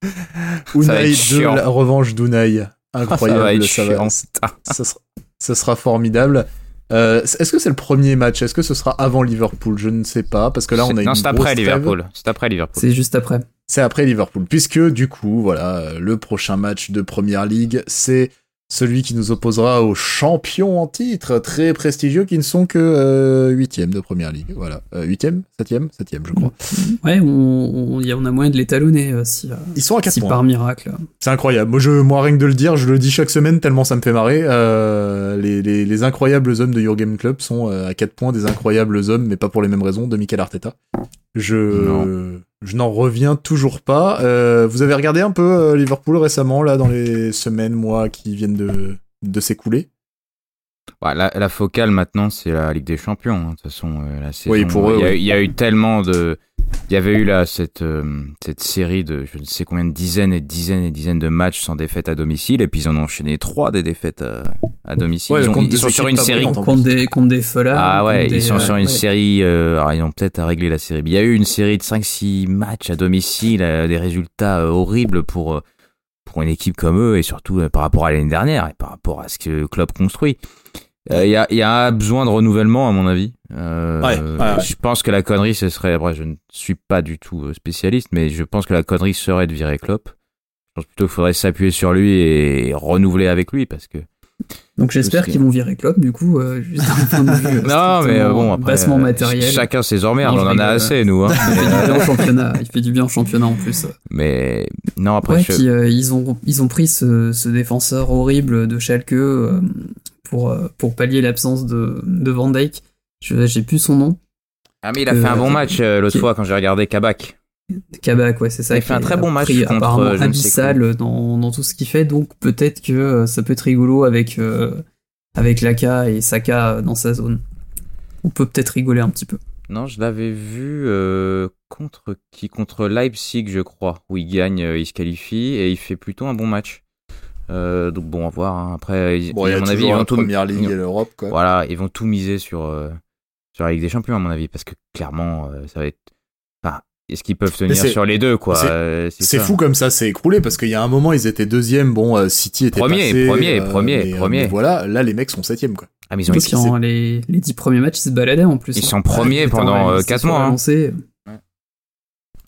Unai deux, la revanche d'Unai. Incroyable, ça va, ça, va, ça, sera, ça sera formidable. Euh, est-ce que c'est le premier match? Est-ce que ce sera avant Liverpool? Je ne sais pas, parce que là on a non, une c'est après Liverpool. C'est après Liverpool. C'est juste après. C'est après Liverpool, puisque du coup, voilà, le prochain match de Premier League, c'est celui qui nous opposera aux champions en titre, très prestigieux, qui ne sont que euh, huitième de Premier League. Voilà, euh, huitième, septième, septième, je crois. Ouais, on, on, y a, on a moyen de les talonner euh, si, euh, Ils sont à quatre si points. Par miracle. C'est incroyable. Moi, je, moi, rien que de le dire, je le dis chaque semaine tellement ça me fait marrer. Euh, les, les, les incroyables hommes de Your Game Club sont euh, à quatre points des incroyables hommes, mais pas pour les mêmes raisons, de Mikel Arteta. Je, non. je n'en reviens toujours pas. Euh, vous avez regardé un peu euh, Liverpool récemment, là, dans les semaines, mois qui viennent de, de s'écouler? Ouais, la, la focale maintenant, c'est la Ligue des Champions. Hein. De toute façon, euh, la saison. Oui, pour eux. Il y, ouais. y a eu tellement de. Il y avait eu là cette euh, cette série de je ne sais combien de dizaines et dizaines et dizaines de matchs sans défaite à domicile, et puis ils en ont enchaîné trois des défaites à, à domicile. Ouais, ils, ont, ils sont sur une série contre des contre des Fulham. Ah ouais, ils des, sont euh, sur une ouais. série. Euh, alors ils ont peut-être à régler la série. Mais il y a eu une série de cinq six matchs à domicile, euh, des résultats euh, horribles pour euh, pour une équipe comme eux, et surtout euh, par rapport à l'année dernière et par rapport à ce que le club construit. Il euh, y, a, y a besoin de renouvellement à mon avis. Euh, ouais, ouais, ouais. Je pense que la connerie ce serait, après je ne suis pas du tout spécialiste, mais je pense que la connerie serait de virer Klopp. Je pense plutôt qu'il faudrait s'appuyer sur lui et renouveler avec lui parce que. Donc j'espère qu'ils vont virer Klopp du coup, euh, juste d'un point de vue. Non mais euh, bon après. Bassement matériel. Chacun ses emmerdes, on en a assez nous. Hein. Il fait du bien en championnat. Il fait du bien en championnat en plus. Mais non après. Ouais, je... puis euh, ils ont ils ont pris ce, ce défenseur horrible de Schalke. Euh, pour pour pallier l'absence de de Van Dijk. Je, j'ai plus son nom. Ah mais il a euh, fait un bon match euh, l'autre qui... fois quand j'ai regardé Kabak. Kabak, ouais, c'est ça. Il a fait un très bon match contre apparemment je abyssal dans dans tout ce qu'il fait, donc peut-être que euh, ça peut être rigolo avec euh, avec Laka et Saka dans sa zone. On peut peut-être rigoler un petit peu. Non, je l'avais vu euh, contre qui contre Leipzig, je crois, où il gagne, euh, il se qualifie et il fait plutôt un bon match. Euh, donc bon, à voir. Hein. Après, bon, à mon avis, ils vont la tout Première Ligue et l'Europe, quoi. Voilà, ils vont tout miser sur euh, sur la Ligue des Champions, à mon avis, parce que clairement, euh, ça va être. Enfin, est-ce qu'ils peuvent tenir sur les deux, quoi? C'est, euh, c'est, c'est fou comme ça, c'est écroulé parce qu'il y a un moment, ils étaient deuxième. Bon, euh, City était premier, passé, premier, euh, premier, mais, premier. Mais voilà, là, les mecs sont septième, quoi. Ah, mais ils ont été... en, les les dix premiers matchs, ils se baladaient en plus. Ils sont premiers ah, pendant ouais, quatre mois. Hein. Ouais.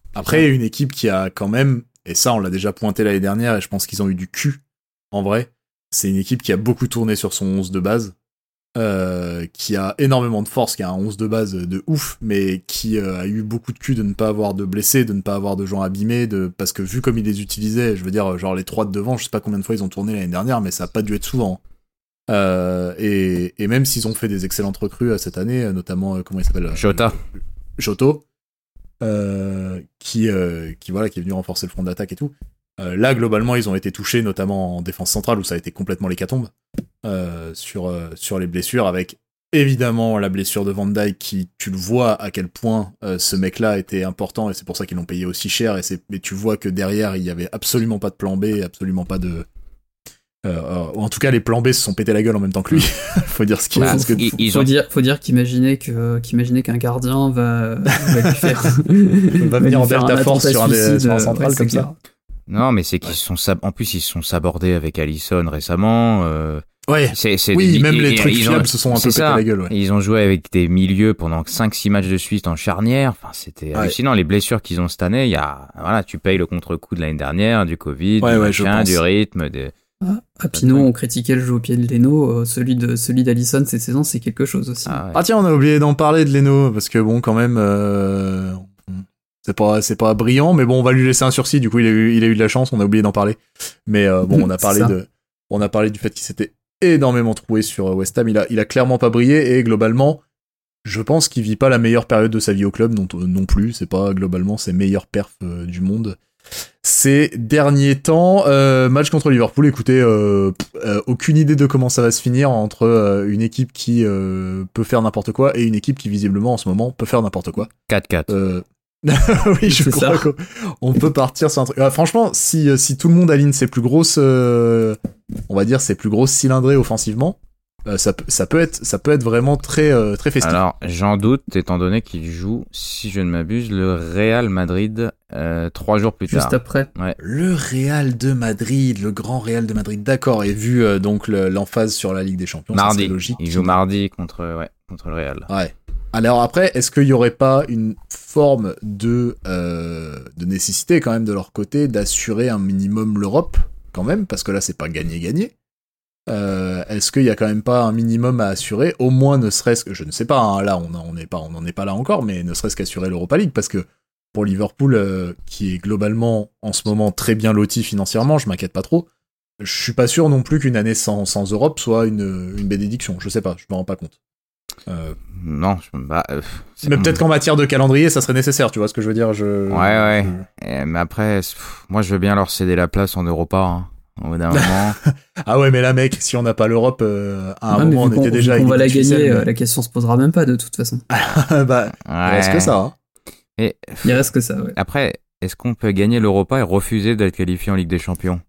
Après, une équipe qui a quand même, et ça on l'a déjà pointé l'année dernière, et je pense qu'ils ont eu du cul, en vrai, c'est une équipe qui a beaucoup tourné sur son onze de base, euh, qui a énormément de force, qui a un onze de base de ouf, mais qui euh, a eu beaucoup de cul de ne pas avoir de blessés, de ne pas avoir de gens abîmés, de... parce que vu comme ils les utilisaient, je veux dire, genre les trois de devant, je sais pas combien de fois ils ont tourné l'année dernière, mais ça a pas dû être souvent. Euh, et, et même s'ils ont fait des excellentes recrues cette année, notamment, euh, comment il s'appelle Jota. Joto. Euh, qui, euh, qui, voilà, qui est venu renforcer le front d'attaque et tout. Euh, là, globalement, ils ont été touchés, notamment en défense centrale, où ça a été complètement l'hécatombe, euh, sur, euh, sur les blessures, avec évidemment la blessure de Van Dijk, qui, tu le vois à quel point euh, ce mec-là était important, et c'est pour ça qu'ils l'ont payé aussi cher, et, c'est, et tu vois que derrière, il y avait absolument pas de plan B, absolument pas de... Euh, euh, ou en tout cas, les plans B se sont pété la gueule en même temps que lui. Faut dire ce qu'il y a. Faut, faut, faut, faut, ont... dire, faut dire qu'imaginer que, qu'imaginer qu'un gardien va, va lui faire, va venir en delta force sur un, des, sur un central ouais, comme ça. Non, mais c'est qu'ils ouais. sont sab... en plus ils se sont sabordés avec Alisson récemment. Euh... Ouais. C'est, c'est oui, des... même et, les et, trucs fiables ont... se sont un peu pété la gueule. Ouais. Ils ont joué avec des milieux pendant cinq six matchs de suite en charnière. Enfin, c'était ouais. hallucinant. Les blessures qu'ils ont cette année, il y a, voilà, tu payes le contre-coup de l'année dernière, du Covid, ouais, du ouais, machin, du rythme, des... Ah, ah puis nous on critiquait le jeu au pied de Leno, euh, celui de celui d'Alisson cette saison c'est quelque chose aussi. Ah, ouais. ah tiens, on a oublié d'en parler de Leno parce que bon quand même euh, c'est pas c'est pas brillant, mais bon on va lui laisser un sursis. Du coup il a eu il a eu de la chance, on a oublié d'en parler. Mais euh, bon on a parlé de on a parlé du fait qu'il s'était énormément troué sur West Ham. Il a il a clairement pas brillé et globalement je pense qu'il vit pas la meilleure période de sa vie au club non non plus. C'est pas globalement ses meilleures perfs euh, du monde. Ces derniers temps, euh, match contre Liverpool, écoutez, euh, euh, aucune idée de comment ça va se finir entre euh, une équipe qui euh, peut faire n'importe quoi et une équipe qui visiblement en ce moment peut faire n'importe quoi. quatre quatre. Euh... oui, je C'est crois ça. qu'on peut partir sur un truc. Ah, franchement, si, si tout le monde aligne ses plus grosses, euh, on va dire ses plus grosses cylindrées offensivement, Euh, ça, ça, peut être, ça peut être vraiment très, euh, très festif. Alors, j'en doute, étant donné qu'il joue, si je ne m'abuse, le Real Madrid euh, trois jours plus Juste tard. Juste après. Ouais. Le Real de Madrid, le grand Real de Madrid, d'accord. Et vu euh, donc le, l'emphase sur la Ligue des Champions, mardi. Ça serait logique. Il joue mardi contre, ouais, contre le Real. Ouais. Alors après, est-ce qu'il n'y aurait pas une forme de, euh, de nécessité quand même de leur côté d'assurer un minimum l'Europe quand même, parce que là c'est pas gagné-gagné. Euh, est-ce qu'il y a quand même pas un minimum à assurer, au moins ne serait-ce que, je ne sais pas, hein, là on n'en est pas, on n'en est pas là encore, mais ne serait-ce qu'assurer l'Europa League, parce que pour Liverpool, euh, qui est globalement en ce moment très bien loti financièrement, je m'inquiète pas trop. Je suis pas sûr non plus qu'une année sans, sans Europe soit une, une bénédiction. Je sais pas, je me rends pas compte. Euh... Non, je... bah, euh, mais peut-être qu'en matière de calendrier, ça serait nécessaire, tu vois ce que je veux dire. Je... Ouais, ouais. Je... Et, mais après, pff, moi je veux bien leur céder la place en Europa. Hein. Au bout d'un moment. Ah ouais, mais là, mec, si on n'a pas l'Europe, euh, à un ouais, moment, on était déjà. On va la gagner, euh, la question se posera même pas de toute façon. Bah, ouais. Il reste que ça. Hein. Et... Il reste que ça, ouais. Après, est-ce qu'on peut gagner l'Europa et refuser d'être qualifié en Ligue des Champions?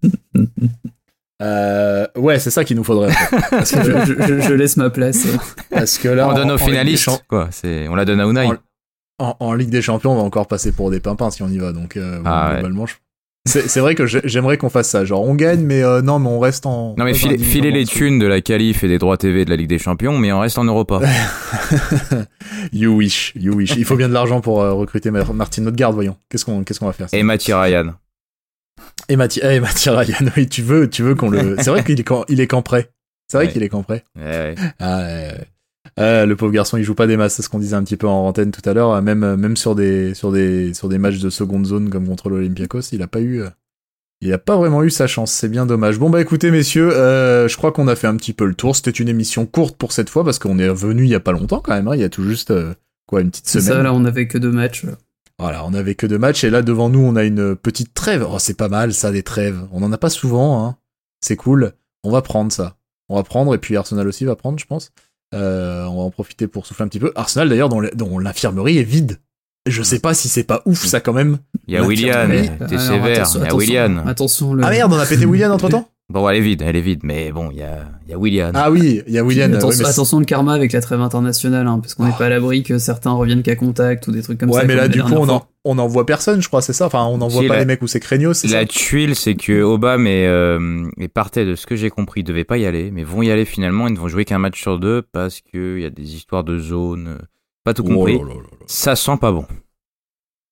euh, Ouais, c'est ça qu'il nous faudrait. En fait. Parce que je, je, je laisse ma place. Parce que là, on en, donne aux finalistes, champ... quoi. C'est... On la donne à Unai. En, en, en Ligue des Champions, on va encore passer pour des pimpins si on y va. Donc, euh, bon, ah, globalement, ouais. je... C'est, c'est vrai que j'aimerais qu'on fasse ça, genre on gagne mais euh, non mais on reste en... Non mais filer, filer les thunes de la qualif et des droits T V de la Ligue des Champions mais on reste en Europa. You wish, you wish. Il faut bien de l'argent pour euh, recruter Martin Odegaard, voyons. Qu'est-ce qu'on, qu'est-ce qu'on va faire ça? Et Matty Ryan. Et Matty, eh, Matty Ryan, oui tu veux, tu veux qu'on le... C'est vrai qu'il est quand, il est quand prêt. C'est vrai ouais. qu'il est quand prêt. Ouais, ouais. Ah ouais, ouais. Euh, le pauvre garçon, il joue pas des masses, c'est ce qu'on disait un petit peu en antenne tout à l'heure. Même même sur des sur des sur des matchs de seconde zone comme contre l'Olympiakos, il a pas eu, il a pas vraiment eu sa chance. C'est bien dommage. Bon bah écoutez messieurs, euh, je crois qu'on a fait un petit peu le tour. C'était une émission courte pour cette fois parce qu'on est revenu il y a pas longtemps quand même. Hein. Il y a tout juste euh, quoi une petite semaine. C'est ça, là on avait que deux matchs. Voilà, on avait que deux matchs et là devant nous on a une petite trêve. Oh c'est pas mal ça des trêves. On en a pas souvent. Hein. C'est cool. On va prendre ça. On va prendre et puis Arsenal aussi va prendre, je pense. Euh, on va en profiter pour souffler un petit peu. Arsenal d'ailleurs dont, dont l'infirmerie est vide. Je sais pas si c'est pas ouf ça quand même. Il y a Willian, t'es Alors, sévère. Attention, il y a Willian. Attention. Le... Ah merde, on a pété Willian entre temps. Bon, elle est vide, elle est vide, mais bon, il y a, il y a Willian. Ah oui, il y a Willian. Attention, ouais, mais attention le karma avec la trêve internationale, hein, parce qu'on n'est oh. pas à l'abri que certains reviennent qu'à contact ou des trucs comme ouais, ça. Ouais, mais là du coup on en, on en voit personne, je crois, c'est ça. Enfin, on en voit si pas la, les mecs où c'est Craignos, c'est la ça. tuile, c'est que Obama et, euh, et Partey, de ce que j'ai compris, devaient pas y aller, mais vont y aller finalement. Ils ne vont jouer qu'un match sur deux parce que il y a des histoires de zone, pas tout compris. Oh là là là là. Ça sent pas bon.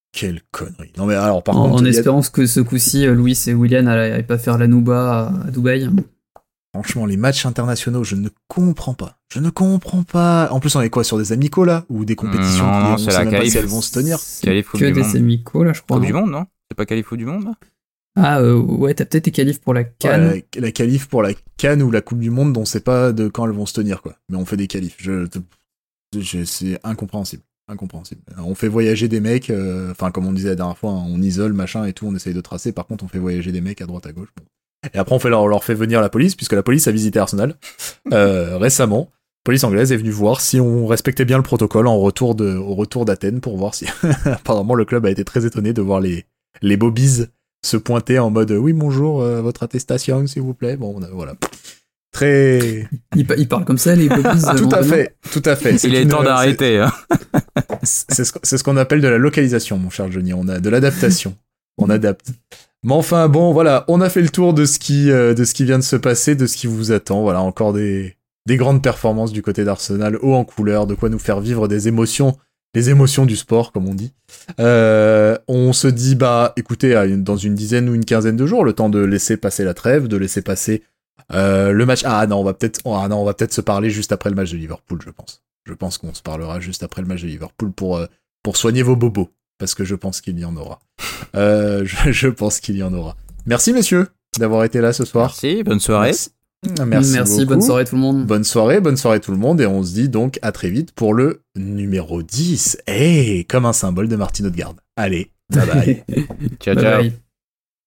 Quelle connerie. Non mais alors par en, contre... En espérant a... que ce coup-ci, Louis et Willian n'allaient pas faire la nouba à, à Dubaï. Franchement, les matchs internationaux, je ne comprends pas. Je ne comprends pas. En plus, on est quoi, sur des amicaux, là? Ou des compétitions non, qui, non, on c'est sait la même qualif. pas si elles vont se tenir. Qualif que des monde. amicaux, là, je crois. Coupe du monde, non? C'est pas qualif du monde, là? Ah, euh, ouais, t'as peut-être tes qualifs pour la CAN. Ouais, la, la qualif pour la CAN ou la Coupe du Monde, dont on sait pas de quand elles vont se tenir, quoi. Mais on fait des qualifs. Je, je, c'est incompréhensible. Incompréhensible. On fait voyager des mecs, enfin, euh, comme on disait la dernière fois, hein, on isole, machin et tout, on essaye de tracer. Par contre, on fait voyager des mecs à droite, à gauche. Bon. Et après, on, fait leur, on leur fait venir la police, puisque la police a visité Arsenal euh, récemment. La police anglaise est venue voir si on respectait bien le protocole en retour de, au retour d'Athènes pour voir si... Apparemment, le club a été très étonné de voir les, les bobbies se pointer en mode « Oui, bonjour, euh, votre attestation, s'il vous plaît. » Bon, voilà. Très... Ils il parlent comme ça, les bobbies. Tout à fait, tout à fait. Il est temps d'arrêter. Hein. C'est ce, ce qu'on appelle de la localisation, mon cher Johnny. On a de l'adaptation. On adapte. Mais enfin, bon, voilà, on a fait le tour de ce qui, euh, de ce qui vient de se passer, de ce qui vous attend. Voilà, encore des, des grandes performances du côté d'Arsenal, haut en couleur, de quoi nous faire vivre des émotions, les émotions du sport, comme on dit. Euh, on se dit, bah, écoutez, dans une dizaine ou une quinzaine de jours, le temps de laisser passer la trêve, de laisser passer euh, le match. Ah non, on va peut-être, ah non, on va peut-être se parler juste après le match de Liverpool, je pense. Je pense qu'on se parlera juste après le match de Liverpool pour, euh, pour soigner vos bobos. Parce que je pense qu'il y en aura. Euh, je, je pense qu'il y en aura. Merci, messieurs, d'avoir été là ce soir. Merci, bonne soirée. Merci, Merci, Merci bonne soirée tout le monde. Bonne soirée, bonne soirée tout le monde. Et on se dit donc à très vite pour le numéro dix. Hey, comme un symbole de Martin Odegaard. Allez, bye bye. Ciao, bye ciao. Bye.